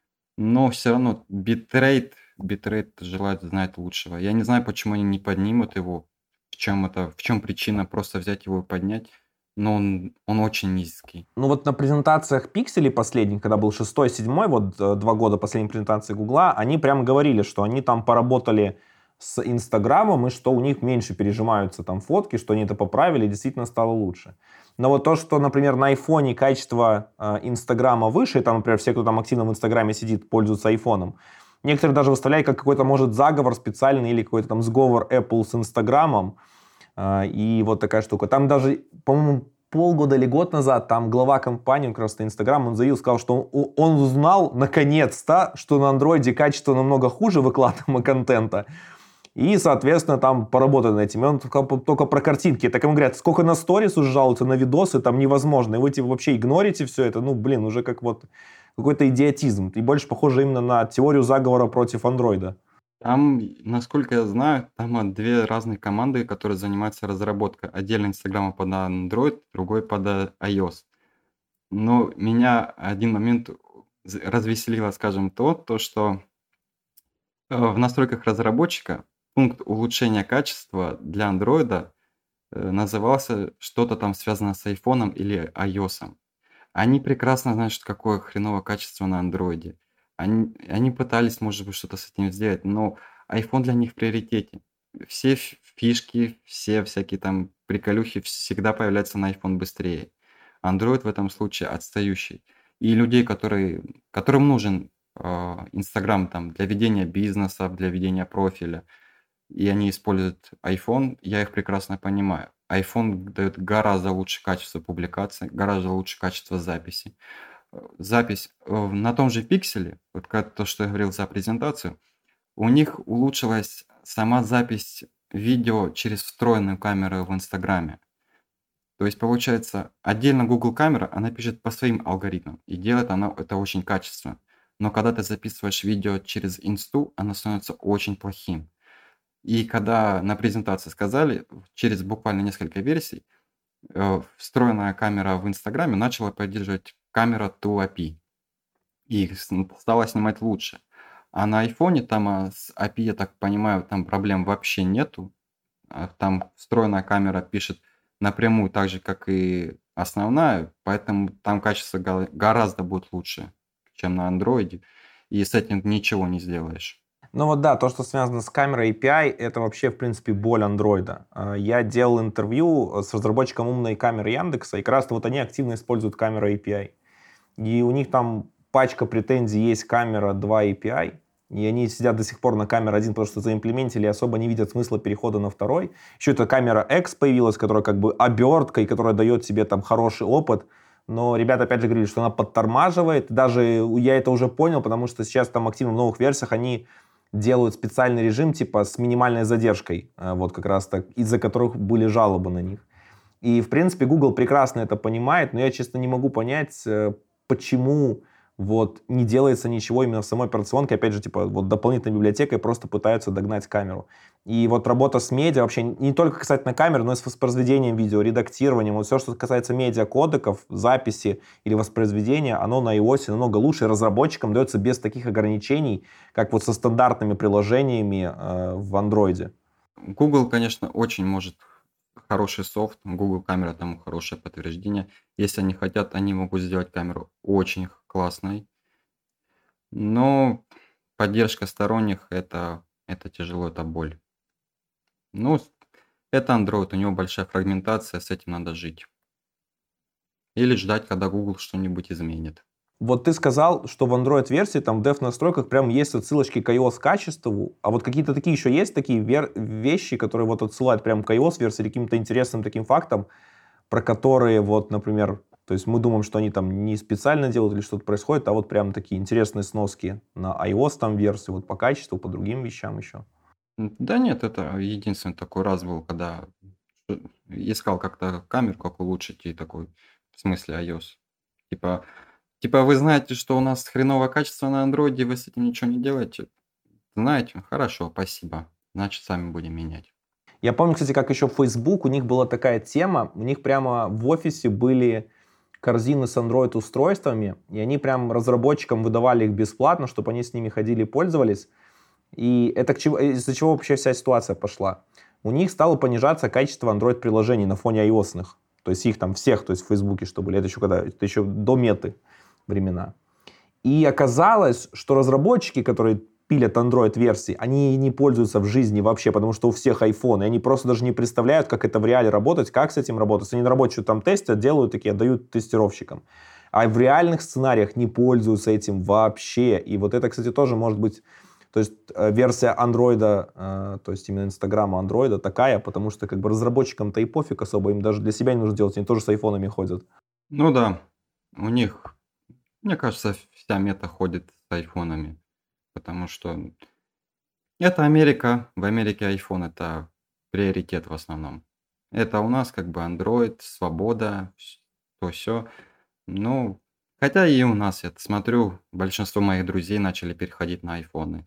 [SPEAKER 2] Но все равно битрейт, битрейт желает знать лучшего. Я не знаю, почему они не поднимут его, в чем это, в чем причина просто взять его и поднять, но он, он очень низкий.
[SPEAKER 1] Ну вот на презентациях пикселей последних, когда был шестой, седьмой, вот э, два года последней презентации Гугла, они прям говорили, что они там поработали с Инстаграмом, и что у них меньше пережимаются там фотки, что они это поправили, и действительно стало лучше. Но вот то, что, например, на айфоне качество э, Инстаграма выше, и там, например, все, кто там активно в Инстаграме сидит, пользуются айфоном, некоторые даже выставляют как какой-то, может, заговор специальный или какой-то там сговор Apple с Инстаграмом, э, и вот такая штука. Там даже, по-моему, полгода или год назад там глава компании, как раз Инстаграм, он заявил, сказал, что он, он узнал наконец-то, что на андроиде качество намного хуже выкладываемого контента. И, соответственно, там поработали над этим. И он сказал только про картинки. Так ему говорят, сколько на сторис уже жалуются, на видосы, там невозможно. И вы типа, вообще игнорите все это. Ну, блин, уже как вот какой-то идиотизм. И больше похоже именно на теорию заговора против андроида.
[SPEAKER 2] Там, насколько я знаю, там а, две разные команды, которые занимаются разработкой. Отдельно Инстаграма под Android, другой под а, iOS. Но меня один момент з- развеселило, скажем, то, то что э, в настройках разработчика пункт улучшения качества для андроида э, назывался что-то там связано с айфоном или iOS. Они прекрасно знают, что какое хреновое качество на андроиде. Они, они пытались, может быть, что-то с этим сделать, но iPhone для них в приоритете. Все ф- фишки, все всякие там приколюхи всегда появляются на iPhone быстрее. Android в этом случае отстающий. И людей, которые, которым нужен э, Инстаграм там для ведения бизнеса, для ведения профиля, и они используют iPhone, я их прекрасно понимаю. iPhone дает гораздо лучше качество публикации, гораздо лучше качество записи. Э, Запись э, на том же пикселе, вот как то, что я говорил за презентацию, у них улучшилась сама запись видео через встроенную камеру в Инстаграме. То есть, получается, отдельно Google камера, она пишет по своим алгоритмам, и делает она это очень качественно. Но когда ты записываешь видео через инсту, оно становится очень плохим. И когда на презентации сказали, через буквально несколько версий, э, встроенная камера в Инстаграме начала поддерживать камера two A P I. И с- стала снимать лучше. А на айфоне там а, с эй пи ай, я так понимаю, там проблем вообще нету. А, Там встроенная камера пишет напрямую так же, как и основная, поэтому там качество гала- гораздо будет лучше, чем на андроиде. И с этим ничего не сделаешь.
[SPEAKER 1] Ну вот да, то, что связано с камерой эй пи ай, это вообще, в принципе, боль андроида. А, Я делал интервью с разработчиком умной камеры Яндекса, и как раз вот они активно используют камеру эй пи ай. И у них там пачка претензий есть камера два эй пи ай, и они сидят до сих пор на камере один, потому что заимплементили, и особо не видят смысла перехода на второй. Еще эта камера X появилась, которая как бы обертка, и которая дает тебе там хороший опыт, но ребята опять же говорили, что она подтормаживает. Даже я это уже понял, потому что сейчас там активно в новых версиях они делают специальный режим типа с минимальной задержкой, вот как раз так, из-за которых были жалобы на них. И, в принципе, Google прекрасно это понимает, но я, честно, не могу понять, почему вот не делается ничего именно в самой операционке, опять же, типа, вот дополнительной библиотекой просто пытаются догнать камеру. И вот работа с медиа вообще не только касательно камер, но и с воспроизведением видео, редактированием, вот все, что касается медиакодеков, записи или воспроизведения, оно на iOS намного лучше, и разработчикам дается без таких ограничений, как вот со стандартными приложениями э, в Android.
[SPEAKER 2] Google, конечно, очень может хороший софт, Google камера тому хорошее подтверждение. Если они хотят, они могут сделать камеру очень классной. Но поддержка сторонних это, это тяжело, это боль. Ну, это Android, у него большая фрагментация, с этим надо жить. Или ждать, когда Google что-нибудь изменит.
[SPEAKER 1] Вот ты сказал, что в Android-версии, там в dev-настройках прям есть отсылочки к iOS-качеству, а вот какие-то такие еще есть такие вер- вещи, которые вот отсылают прям к iOS-версии или каким-то интересным таким фактам, про которые вот, например, то есть мы думаем, что они там не специально делают или что-то происходит, а вот прям такие интересные сноски на iOS там версии, вот по качеству, по другим вещам еще.
[SPEAKER 2] Да нет, это единственный такой раз был, когда искал как-то камеру, как улучшить, и такой, в смысле iOS. Типа, типа вы знаете, что у нас хреновое качество на андроиде, вы с этим ничего не делаете? Знаете? Хорошо, спасибо. Значит, сами будем менять.
[SPEAKER 1] Я помню, кстати, как еще в Facebook, у них была такая тема, у них прямо в офисе были корзины с Android-устройствами, и они прям разработчикам выдавали их бесплатно, чтобы они с ними ходили и пользовались. И это к чему, из-за чего вообще вся ситуация пошла? У них стало понижаться качество Android-приложений на фоне iOS-ных. То есть их там всех, то есть в Фейсбуке, что были. Это еще когда, это еще до меты времена. И оказалось, что разработчики, которые пилят Android-версии, они не пользуются в жизни вообще, потому что у всех iPhone, и они просто даже не представляют, как это в реале работать, как с этим работать. Они на работе что-то там тестят, делают такие, отдают тестировщикам. А в реальных сценариях не пользуются этим вообще. И вот это, кстати, тоже может быть... То есть э, версия андроида, э, то есть именно инстаграма андроида такая, потому что как бы разработчикам-то и пофиг особо, им даже для себя не нужно делать, они тоже с айфонами ходят.
[SPEAKER 2] Ну да, у них, мне кажется, вся мета ходит с айфонами, потому что это Америка, в Америке iPhone это приоритет в основном. Это у нас как бы Android, свобода, вс- то все. Ну, хотя и у нас, я смотрю, большинство моих друзей начали переходить на айфоны.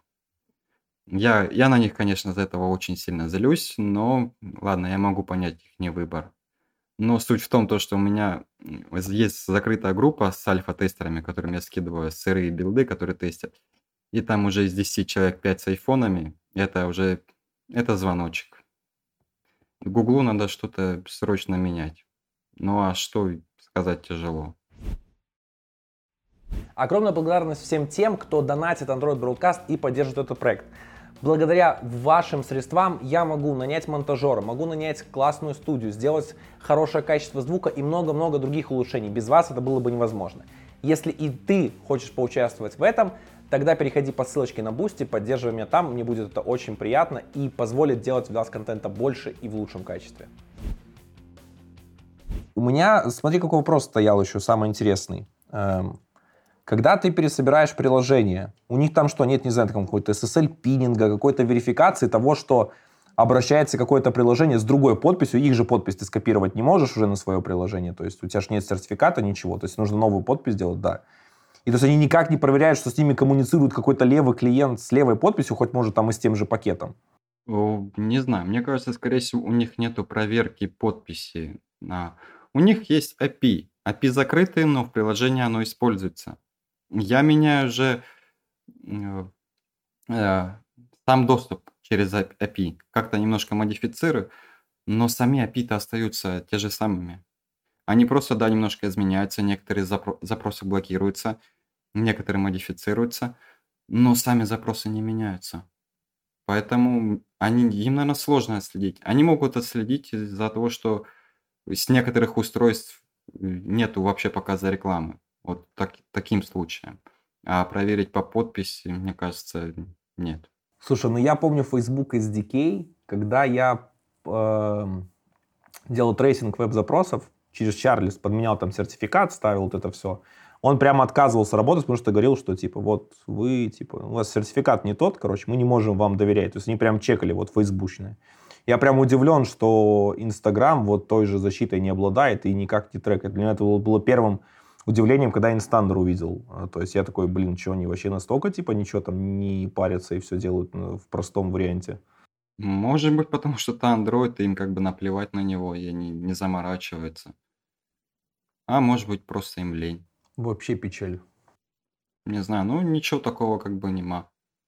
[SPEAKER 2] Я, я на них, конечно, из-за этого очень сильно злюсь, но ладно, я могу понять их не выбор. Но суть в том, то, что у меня м, з- есть закрытая группа с альфа-тестерами, которым я скидываю сырые билды, которые тестят. И там уже из десяти человек пять с айфонами. Это уже, это звоночек. Гуглу надо что-то срочно менять. Ну а что сказать тяжело.
[SPEAKER 1] Огромная благодарность всем тем, кто донатит Android Broadcast и поддерживает этот проект. Благодаря вашим средствам я могу нанять монтажера, могу нанять классную студию, сделать хорошее качество звука и много-много других улучшений. Без вас это было бы невозможно. Если и ты хочешь поучаствовать в этом, тогда переходи по ссылочке на Boosty, поддерживай меня там, мне будет это очень приятно и позволит делать для вас контента больше и в лучшем качестве. У меня, смотри, какой вопрос стоял еще, самый интересный. Эм, Когда ты пересобираешь приложение, у них там что, нет, не знаю, там какой-то эс эс эль-пиннинга, какой-то верификации того, что обращается какое-то приложение с другой подписью, их же подпись ты скопировать не можешь уже на свое приложение, то есть у тебя же нет сертификата, ничего, то есть нужно новую подпись делать, да. И то есть они никак не проверяют, что с ними коммуницирует какой-то левый клиент с левой подписью, хоть может там и с тем же пакетом.
[SPEAKER 2] О, не знаю, мне кажется, скорее всего, у них нету проверки подписи. На... У них есть эй пи ай. эй пи ай закрытый, но в приложении оно используется. Я меняю же э, э, сам доступ через эй пи ай. Как-то немножко модифицирую, но сами эй пи ай-то остаются те же самыми. Они просто, да, немножко изменяются, некоторые запро- запросы блокируются, некоторые модифицируются, но сами запросы не меняются. Поэтому они, им, наверное, сложно отследить. Они могут отследить из-за того, что с некоторых устройств э, нету вообще показа рекламы. Вот так, таким случаем. А проверить по подписи, мне кажется, нет.
[SPEAKER 1] Слушай, ну я помню Facebook эс ди кей, когда я э, делал трейсинг веб-запросов, через Чарлис подменял там сертификат, ставил вот это все. Он прямо отказывался работать, потому что говорил, что типа вот вы, типа, у вас сертификат не тот, короче, мы не можем вам доверять. То есть они прям чекали вот фейсбучные. Я прям удивлен, что Инстаграм вот той же защитой не обладает и никак не трекает. Для меня это было, было первым удивлением, когда Инстандер увидел. А, То есть я такой, блин, что они вообще настолько типа ничего там не парятся и все делают ну, в простом варианте.
[SPEAKER 2] Может быть, потому что это Android, и им как бы наплевать на него, и они не заморачиваются. А может быть, просто им лень.
[SPEAKER 1] Вообще печаль.
[SPEAKER 2] Не знаю, ну ничего такого как бы нема.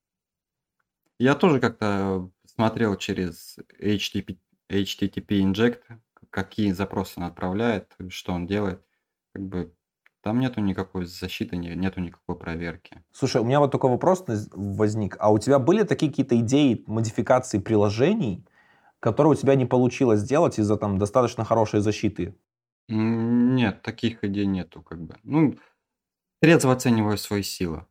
[SPEAKER 2] Я тоже как-то смотрел через эйч ти ти пи, эйч ти ти пи Inject, какие запросы он отправляет, что он делает. Как бы там нету никакой защиты, не- нету никакой проверки.
[SPEAKER 1] Слушай, у меня вот такой вопрос наз- возник. А у тебя были такие какие-то идеи модификации приложений, которые у тебя не получилось сделать из-за там достаточно хорошей защиты?
[SPEAKER 2] М, Нет, таких идей нету, как бы. Ну, трезво оцениваю свои силы.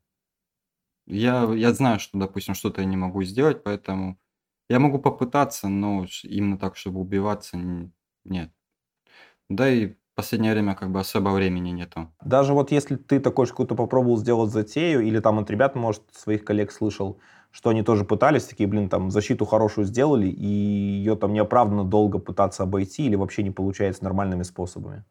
[SPEAKER 2] Я, я знаю, что, допустим, что-то я не могу сделать, поэтому я могу попытаться, но ш- именно так, чтобы убиваться, н- нет. Да и в последнее время как бы особо времени нету.
[SPEAKER 1] Даже вот если ты такой же какую-то попробовал сделать затею, или там от ребят, может, своих коллег слышал, что они тоже пытались, такие, блин, там защиту хорошую сделали, и ее там неоправданно долго пытаться обойти, или вообще не получается нормальными способами.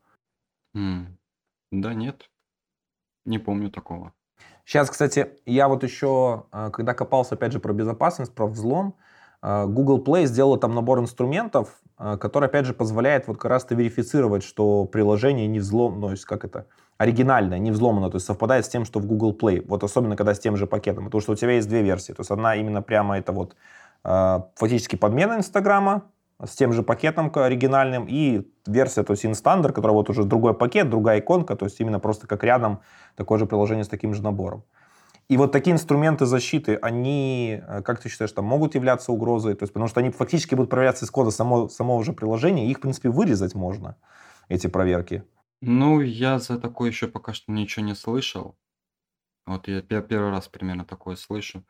[SPEAKER 2] М, Да нет, не помню такого.
[SPEAKER 1] Сейчас, кстати, я вот еще, а, когда копался, опять же, про безопасность, про взлом, а, Google Play сделала там набор инструментов, а, который, опять же, позволяет вот как раз-то верифицировать, что приложение не взлом, ну, то есть как это, оригинальное, не взломано, то есть совпадает с тем, что в Google Play. Вот особенно, когда с тем же пакетом. Потому что у тебя есть две версии. То есть одна именно прямо это вот а, фактически подмена Инстаграма с тем же пакетом к- оригинальным, и версия, то есть инстандер, которая вот уже другой пакет, другая иконка, то есть именно просто как рядом такое же приложение с таким же набором. И вот такие инструменты защиты, они, э, как ты считаешь, там могут являться угрозой? То есть, потому что они фактически будут проверяться из кода само, самого же приложения, и их, в принципе, вырезать можно, эти проверки.
[SPEAKER 2] Ну, я за такое еще пока что ничего не слышал. Вот я пе- первый раз примерно такое слышу.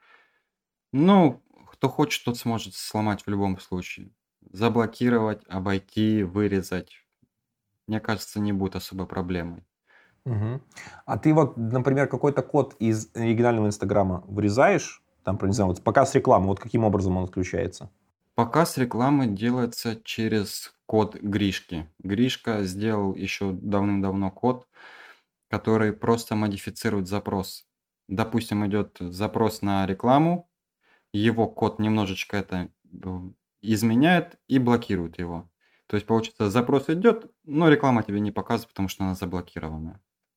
[SPEAKER 2] Ну, кто хочет, тот сможет сломать в любом случае. Заблокировать, обойти, вырезать. Мне кажется, не будет особой проблемой.
[SPEAKER 1] Мгм. А ты вот, например, какой-то код из оригинального Инстаграма вырезаешь, там, не знаю, вот показ рекламы, вот каким образом он отключается?
[SPEAKER 2] Показ рекламы делается через код Гришки. Гришка сделал еще давным-давно код, который просто модифицирует запрос. Допустим, идет запрос на рекламу, его код немножечко это э, изменяет и блокирует его. То есть, получится, запрос идет, но реклама тебе не показывает, потому что она заблокирована.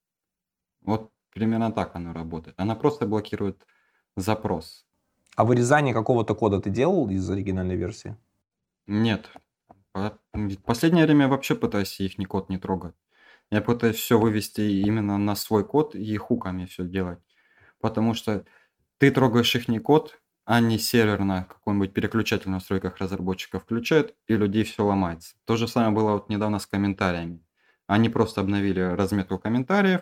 [SPEAKER 2] Вот примерно так оно работает. Она просто блокирует запрос.
[SPEAKER 1] А вырезание какого-то кода ты делал из оригинальной версии?
[SPEAKER 2] Нет. По- В последнее время я вообще пытаюсь их ни код не трогать. Я пытаюсь все вывести именно на свой код и хуками все делать. Потому что ты трогаешь их не код, а не сервер на какой-нибудь переключатель в настройках разработчика включают, и у людей все ломается. То же самое было вот недавно с комментариями. Они просто обновили разметку комментариев,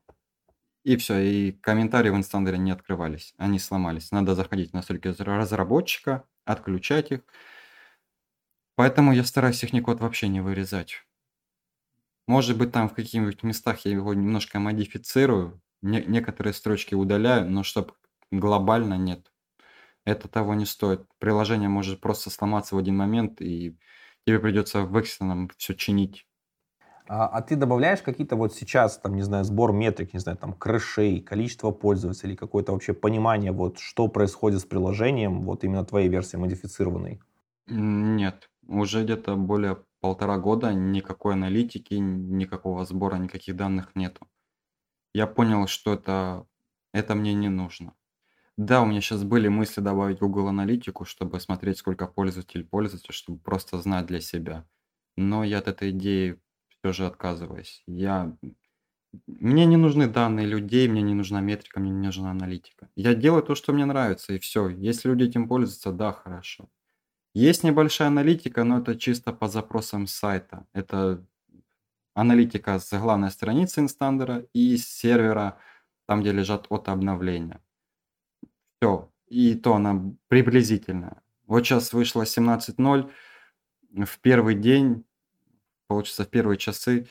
[SPEAKER 2] и все, и комментарии в инстандере не открывались, они сломались. Надо заходить в настройки разработчика, отключать их. Поэтому я стараюсь их код вообще не вырезать. Может быть, там в каких-нибудь местах я его немножко модифицирую, не некоторые строчки удаляю, но чтоб глобально нет. Это того не стоит. Приложение может просто сломаться в один момент, и тебе придется в экстренном все чинить.
[SPEAKER 1] А, а ты добавляешь какие-то вот сейчас, там, не знаю, сбор метрик, не знаю, там, крышей, количество пользователей, какое-то вообще понимание, вот, что происходит с приложением, вот именно твоей версии модифицированной?
[SPEAKER 2] М, Нет, уже где-то более полтора года никакой аналитики, никакого сбора, никаких данных нету. Я понял, что это, это мне не нужно. Да, у меня сейчас были мысли добавить Google Аналитику, чтобы смотреть, сколько пользователей пользуется, чтобы просто знать для себя. Но я от этой идеи все же отказываюсь. Я... Мне не нужны данные людей, мне не нужна метрика, мне не нужна аналитика. Я делаю то, что мне нравится, и все. Если люди этим пользуются, да, хорошо. Есть небольшая аналитика, но это чисто по запросам сайта. Это аналитика с главной страницы инстандера и с сервера, там, где лежат от обновления. Все, и то она приблизительная. Вот сейчас вышло семнадцать ноль, в первый день, получится, в первые часы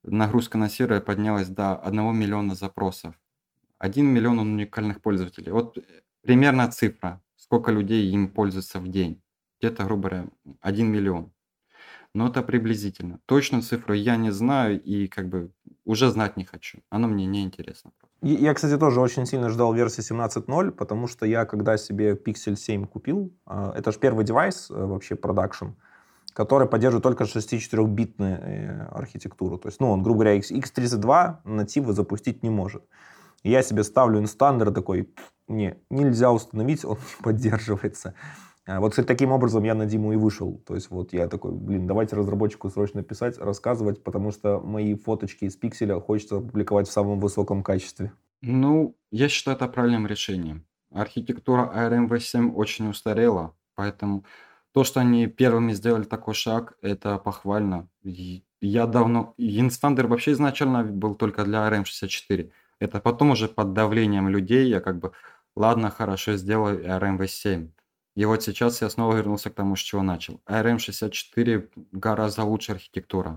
[SPEAKER 2] нагрузка на сервер поднялась до одного миллиона запросов. Один миллион уникальных пользователей. Вот э, примерно цифра, сколько людей им пользуются в день. Где-то, грубо говоря, один миллион. Но это приблизительно. Точную цифру я не знаю и как бы уже знать не хочу. Оно мне не интересно.
[SPEAKER 1] И- Я, кстати, тоже очень сильно ждал версии семнадцать ноль, потому что я, когда себе Pixel семь купил, а, это же первый девайс э, вообще продакшн, который поддерживает только шестидесятичетырёхбитную э, архитектуру. То есть, ну, он, грубо говоря, икс тридцать два нативы запустить не может. И я себе ставлю инстандер такой, «Пф, не, нельзя установить, он не поддерживается. А Вот, кстати, таким образом я на Диму и вышел. То есть вот я такой, блин, давайте разработчику срочно писать, рассказывать, потому что мои фоточки из пикселя хочется опубликовать в самом высоком качестве.
[SPEAKER 2] Ну, я считаю это правильным решением. Архитектура эй ар эм ви семь очень устарела, поэтому то, что они первыми сделали такой шаг, это похвально. И я давно... Инстандер вообще изначально был только для эй ар эм шестьдесят четыре. Это потом уже под давлением людей я как бы, ладно, хорошо, сделаю эй ар эм ви семь. И вот сейчас я снова вернулся к тому, с чего начал. эй ар эм шестьдесят четыре гораздо лучше архитектура.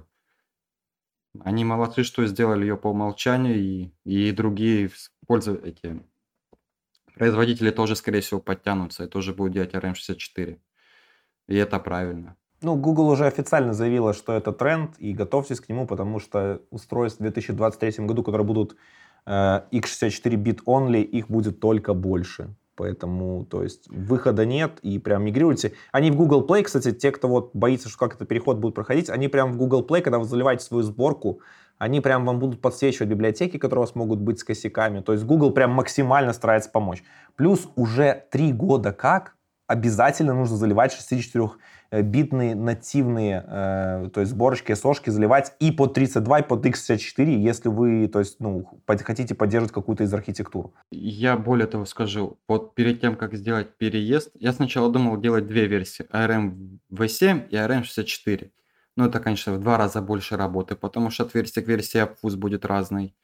[SPEAKER 2] Они молодцы, что сделали ее по умолчанию, и, и другие вс- пользу- эти производители тоже, скорее всего, подтянутся и тоже будут делать эй ар эм шестьдесят четыре. И это правильно.
[SPEAKER 1] Ну, Google уже официально заявила, что это тренд, и готовьтесь к нему, потому что устройств в две тысячи двадцать третьем году, которые будут э, икс шестьдесят четыре bit only, их будет только больше. Поэтому, то есть, выхода нет, и прям мигрируйте. Они в Google Play, кстати, те, кто вот боится, что как этот переход будет проходить, они прям в Google Play, когда вы заливаете свою сборку, они прям вам будут подсвечивать библиотеки, которые у вас могут быть с косяками. То есть Google прям максимально старается помочь. Плюс уже три года как обязательно нужно заливать шестидесятичетырёхбитные нативные, э, то есть сборочки, эсошки заливать и под тридцать два, и под икс шестьдесят четыре, если вы, то есть, ну, под- хотите поддерживать какую-то из архитектур.
[SPEAKER 2] Я более того скажу, вот перед тем, как сделать переезд, я сначала думал делать две версии, эй ар эм ви семь и эй ар эм шестьдесят четыре. Но это, конечно, в два раза больше работы, потому что от версии к версии обвуз будет разный.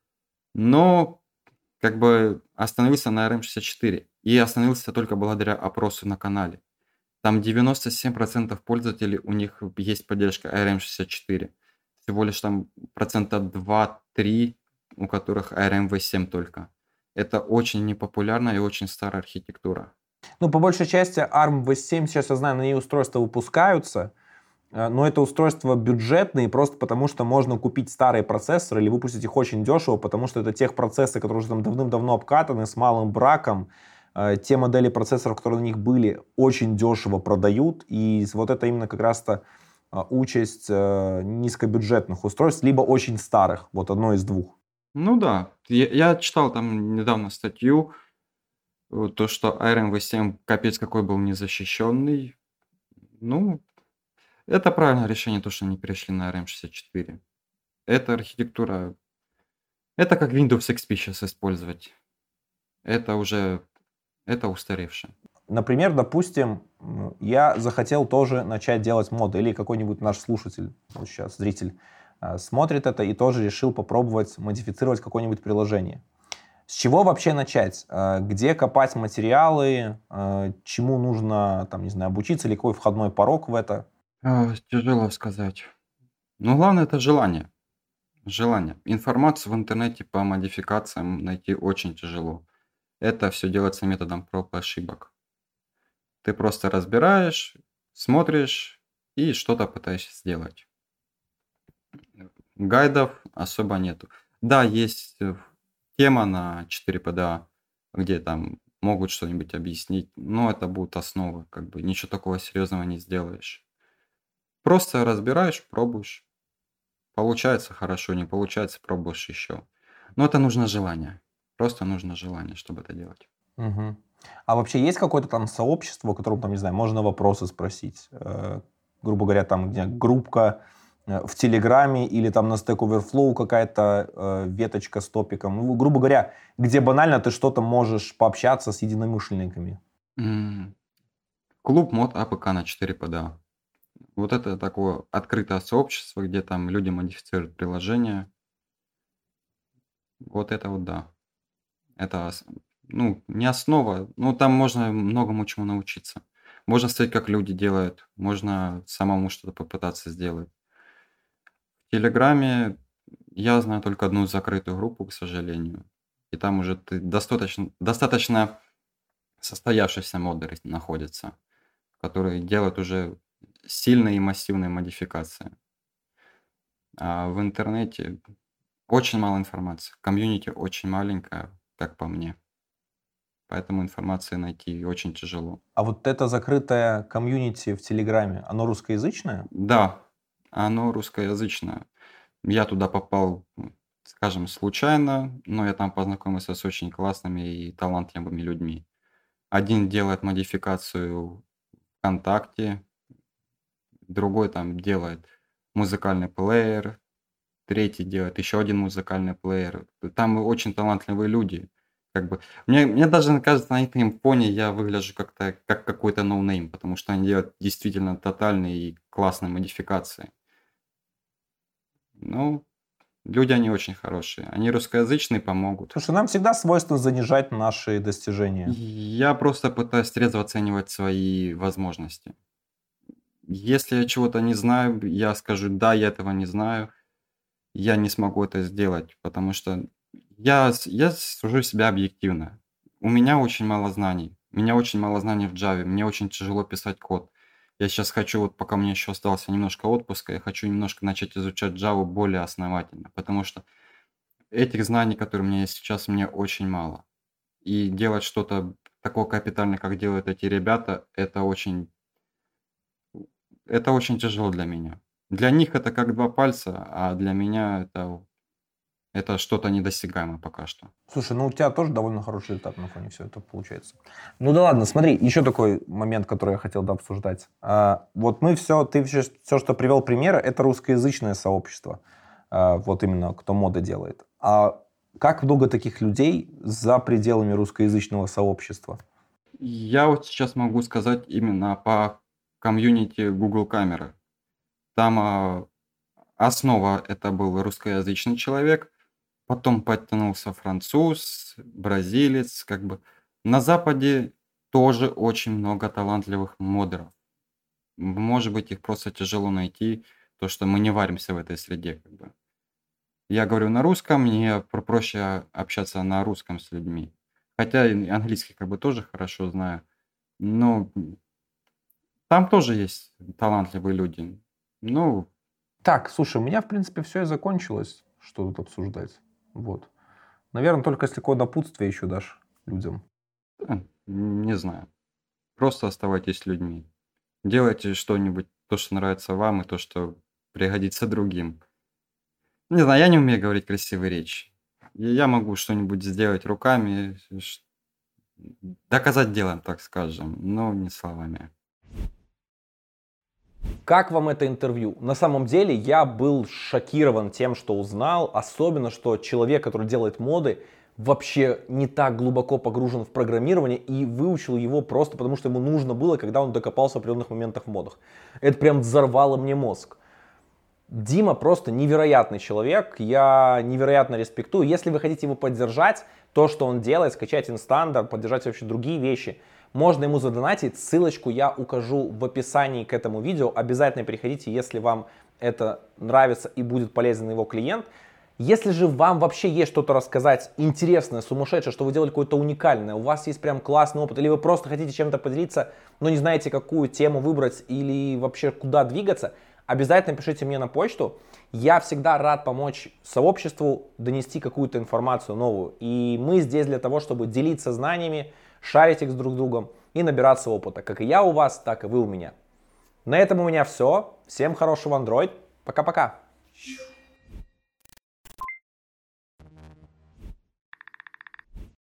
[SPEAKER 2] Но как бы остановился на эй ар эм шестьдесят четыре. И остановился только благодаря опросу на канале. Там девяносто семь процентов пользователей, у них есть поддержка эй ар эм шестьдесят четыре. Всего лишь там процента два-три, у которых эй ар эм ви семь только. Это очень непопулярная и очень старая архитектура.
[SPEAKER 1] Ну, по большей части арм ви семь, сейчас я знаю, на ней устройства выпускаются, э, но это устройства бюджетные просто потому, что можно купить старые процессоры или выпустить их очень дешево, потому что это тех процессы, которые уже там давным-давно обкатаны, с малым браком. Э, Те модели процессоров, которые на них были, очень дешево продают, и вот это именно как раз-то а, участь э, низкобюджетных устройств, либо очень старых, вот одно из двух.
[SPEAKER 2] Ну да, я, я читал там недавно статью, э, то, что эй ар эм ви семь капец какой был незащищенный. Ну, это правильное решение, то, что они перешли на эй ар эм шестьдесят четыре. Эта архитектура, это как Windows икс пи сейчас использовать. Это уже, это устаревшее.
[SPEAKER 1] Например, допустим, м, я захотел тоже начать делать моды, или какой-нибудь наш слушатель, вот сейчас зритель, а, смотрит это и тоже решил попробовать модифицировать какое-нибудь приложение. С чего вообще начать? А, Где копать материалы? А, Чему нужно, там, не знаю, обучиться? Или какой входной порог в это?
[SPEAKER 2] А, тяжело сказать. Но главное это желание. Желание. Информацию в интернете по модификациям найти очень тяжело. Это все делается методом проб и ошибок. Ты просто разбираешь, смотришь и что-то пытаешься сделать. Гайдов особо нету. Да, есть э, тема на четыре пэ дэ а, где там могут что-нибудь объяснить, но это будут основы, как бы ничего такого серьезного не сделаешь. Просто разбираешь, пробуешь. Получается хорошо, не получается, пробуешь еще. Но это нужно желание. Просто нужно желание, чтобы это делать.
[SPEAKER 1] Мгм. А вообще есть какое-то там сообщество, в котором, там, не знаю, можно вопросы спросить? Э, грубо говоря, там, где группка э, в Телеграме или там на Stack Overflow какая-то э, веточка с топиком. Ну, грубо говоря, где банально ты что-то можешь пообщаться с единомышленниками.
[SPEAKER 2] М, Клуб мод а пэ ка на четыре пэ дэ а. Вот это такое открытое сообщество, где там люди модифицируют приложения. Вот это вот да. Это, ос- ну, не основа, ну, там можно многому чему научиться. Можно смотреть, как люди делают, можно самому что-то попытаться сделать. В Телеграме Я знаю только одну закрытую группу, к сожалению. И там уже ты достаточно, достаточно состоявшиеся модеры находятся, которые делают уже сильные и массивные модификации. А в интернете очень мало информации. Комьюнити очень маленькое, как по мне. Поэтому информации найти очень тяжело.
[SPEAKER 1] А вот это закрытое комьюнити в Телеграме, оно русскоязычное?
[SPEAKER 2] Да, оно русскоязычное. Я туда попал, м, скажем, случайно, но я там познакомился с очень классными и талантливыми людьми. Один делает модификацию ВКонтакте, другой там делает музыкальный плеер, третий делает еще один музыкальный плеер. Там очень талантливые люди. Как бы мне мне даже кажется, на этом фоне я выгляжу как-то как какой-то ноунейм, потому что они делают действительно тотальные и классные модификации. Ну, люди они очень хорошие. Они русскоязычные, помогут.
[SPEAKER 1] Слушай, нам всегда свойственно занижать наши достижения.
[SPEAKER 2] Я просто пытаюсь трезво оценивать свои возможности. Если я чего-то не знаю, я скажу: "Да, я этого не знаю". Я не смогу это сделать, потому что я с я сужу себя объективно. У меня очень мало знаний. У меня очень мало знаний в Java. Мне очень тяжело писать код. Я сейчас хочу, вот пока у меня еще остался немножко отпуска, я хочу немножко начать изучать Java более основательно, потому что этих знаний, которые у меня есть сейчас, мне очень мало. И делать что-то такое капитальное, как делают эти ребята, это очень это очень тяжело для меня. Для них это как два пальца, а для меня это это что-то недосягаемое пока что.
[SPEAKER 1] Слушай, ну у тебя тоже довольно хороший результат на фоне всего этого получается. Ну да ладно, смотри, еще такой момент, который я хотел бы обсуждать. А, вот мы все, ты все, все, что привел примеры, это русскоязычное сообщество. А, вот именно кто моды делает. А как много таких людей за пределами русскоязычного сообщества?
[SPEAKER 2] Я вот сейчас могу сказать именно по комьюнити Google камеры. Там а, основа это был русскоязычный человек, потом подтянулся француз, бразилец, как бы. На Западе тоже очень много талантливых модеров. М, Может быть, их просто тяжело найти, то, что мы не варимся в этой среде, как бы. Я говорю на русском, мне про- проще общаться на русском с людьми. Хотя и английский как бы тоже хорошо знаю. Но м, там тоже есть талантливые люди. Ну,
[SPEAKER 1] Так, слушай, у меня в принципе все и закончилось, что тут обсуждать. Вот. Наверное, только если какое напутствие еще дашь людям.
[SPEAKER 2] да, не знаю. Просто оставайтесь людьми. Делайте что-нибудь, то, что нравится вам, и то, что пригодится другим. Не знаю, я не умею говорить красивые речи. И я могу что-нибудь сделать руками, ш- доказать делом, так скажем, но не словами.
[SPEAKER 1] Как вам это интервью? На самом деле я был шокирован тем, что узнал, особенно, что человек, который делает моды, вообще не так глубоко погружен в программирование и выучил его просто потому, что ему нужно было, когда он докопался в определенных моментах в модах. Это прям взорвало мне мозг. Дима просто невероятный человек, я невероятно респектую. Если вы хотите его поддержать, то, что он делает, скачать инстандар, поддержать вообще другие вещи, можно ему задонатить. Ссылочку я укажу в описании к этому видео. Обязательно переходите, если вам это нравится и будет полезен его клиент. Если же вам вообще есть что-то рассказать интересное, сумасшедшее, что вы делали какое-то уникальное, у вас есть прям классный опыт, или вы просто хотите чем-то поделиться, но не знаете, какую тему выбрать или вообще куда двигаться, обязательно пишите мне на почту. Я всегда рад помочь сообществу донести какую-то информацию новую. И мы здесь для того, чтобы делиться знаниями, шарить их с друг другом и набираться опыта. Как и я у вас, так и вы у меня. На этом у меня все. Всем хорошего Android. Пока-пока.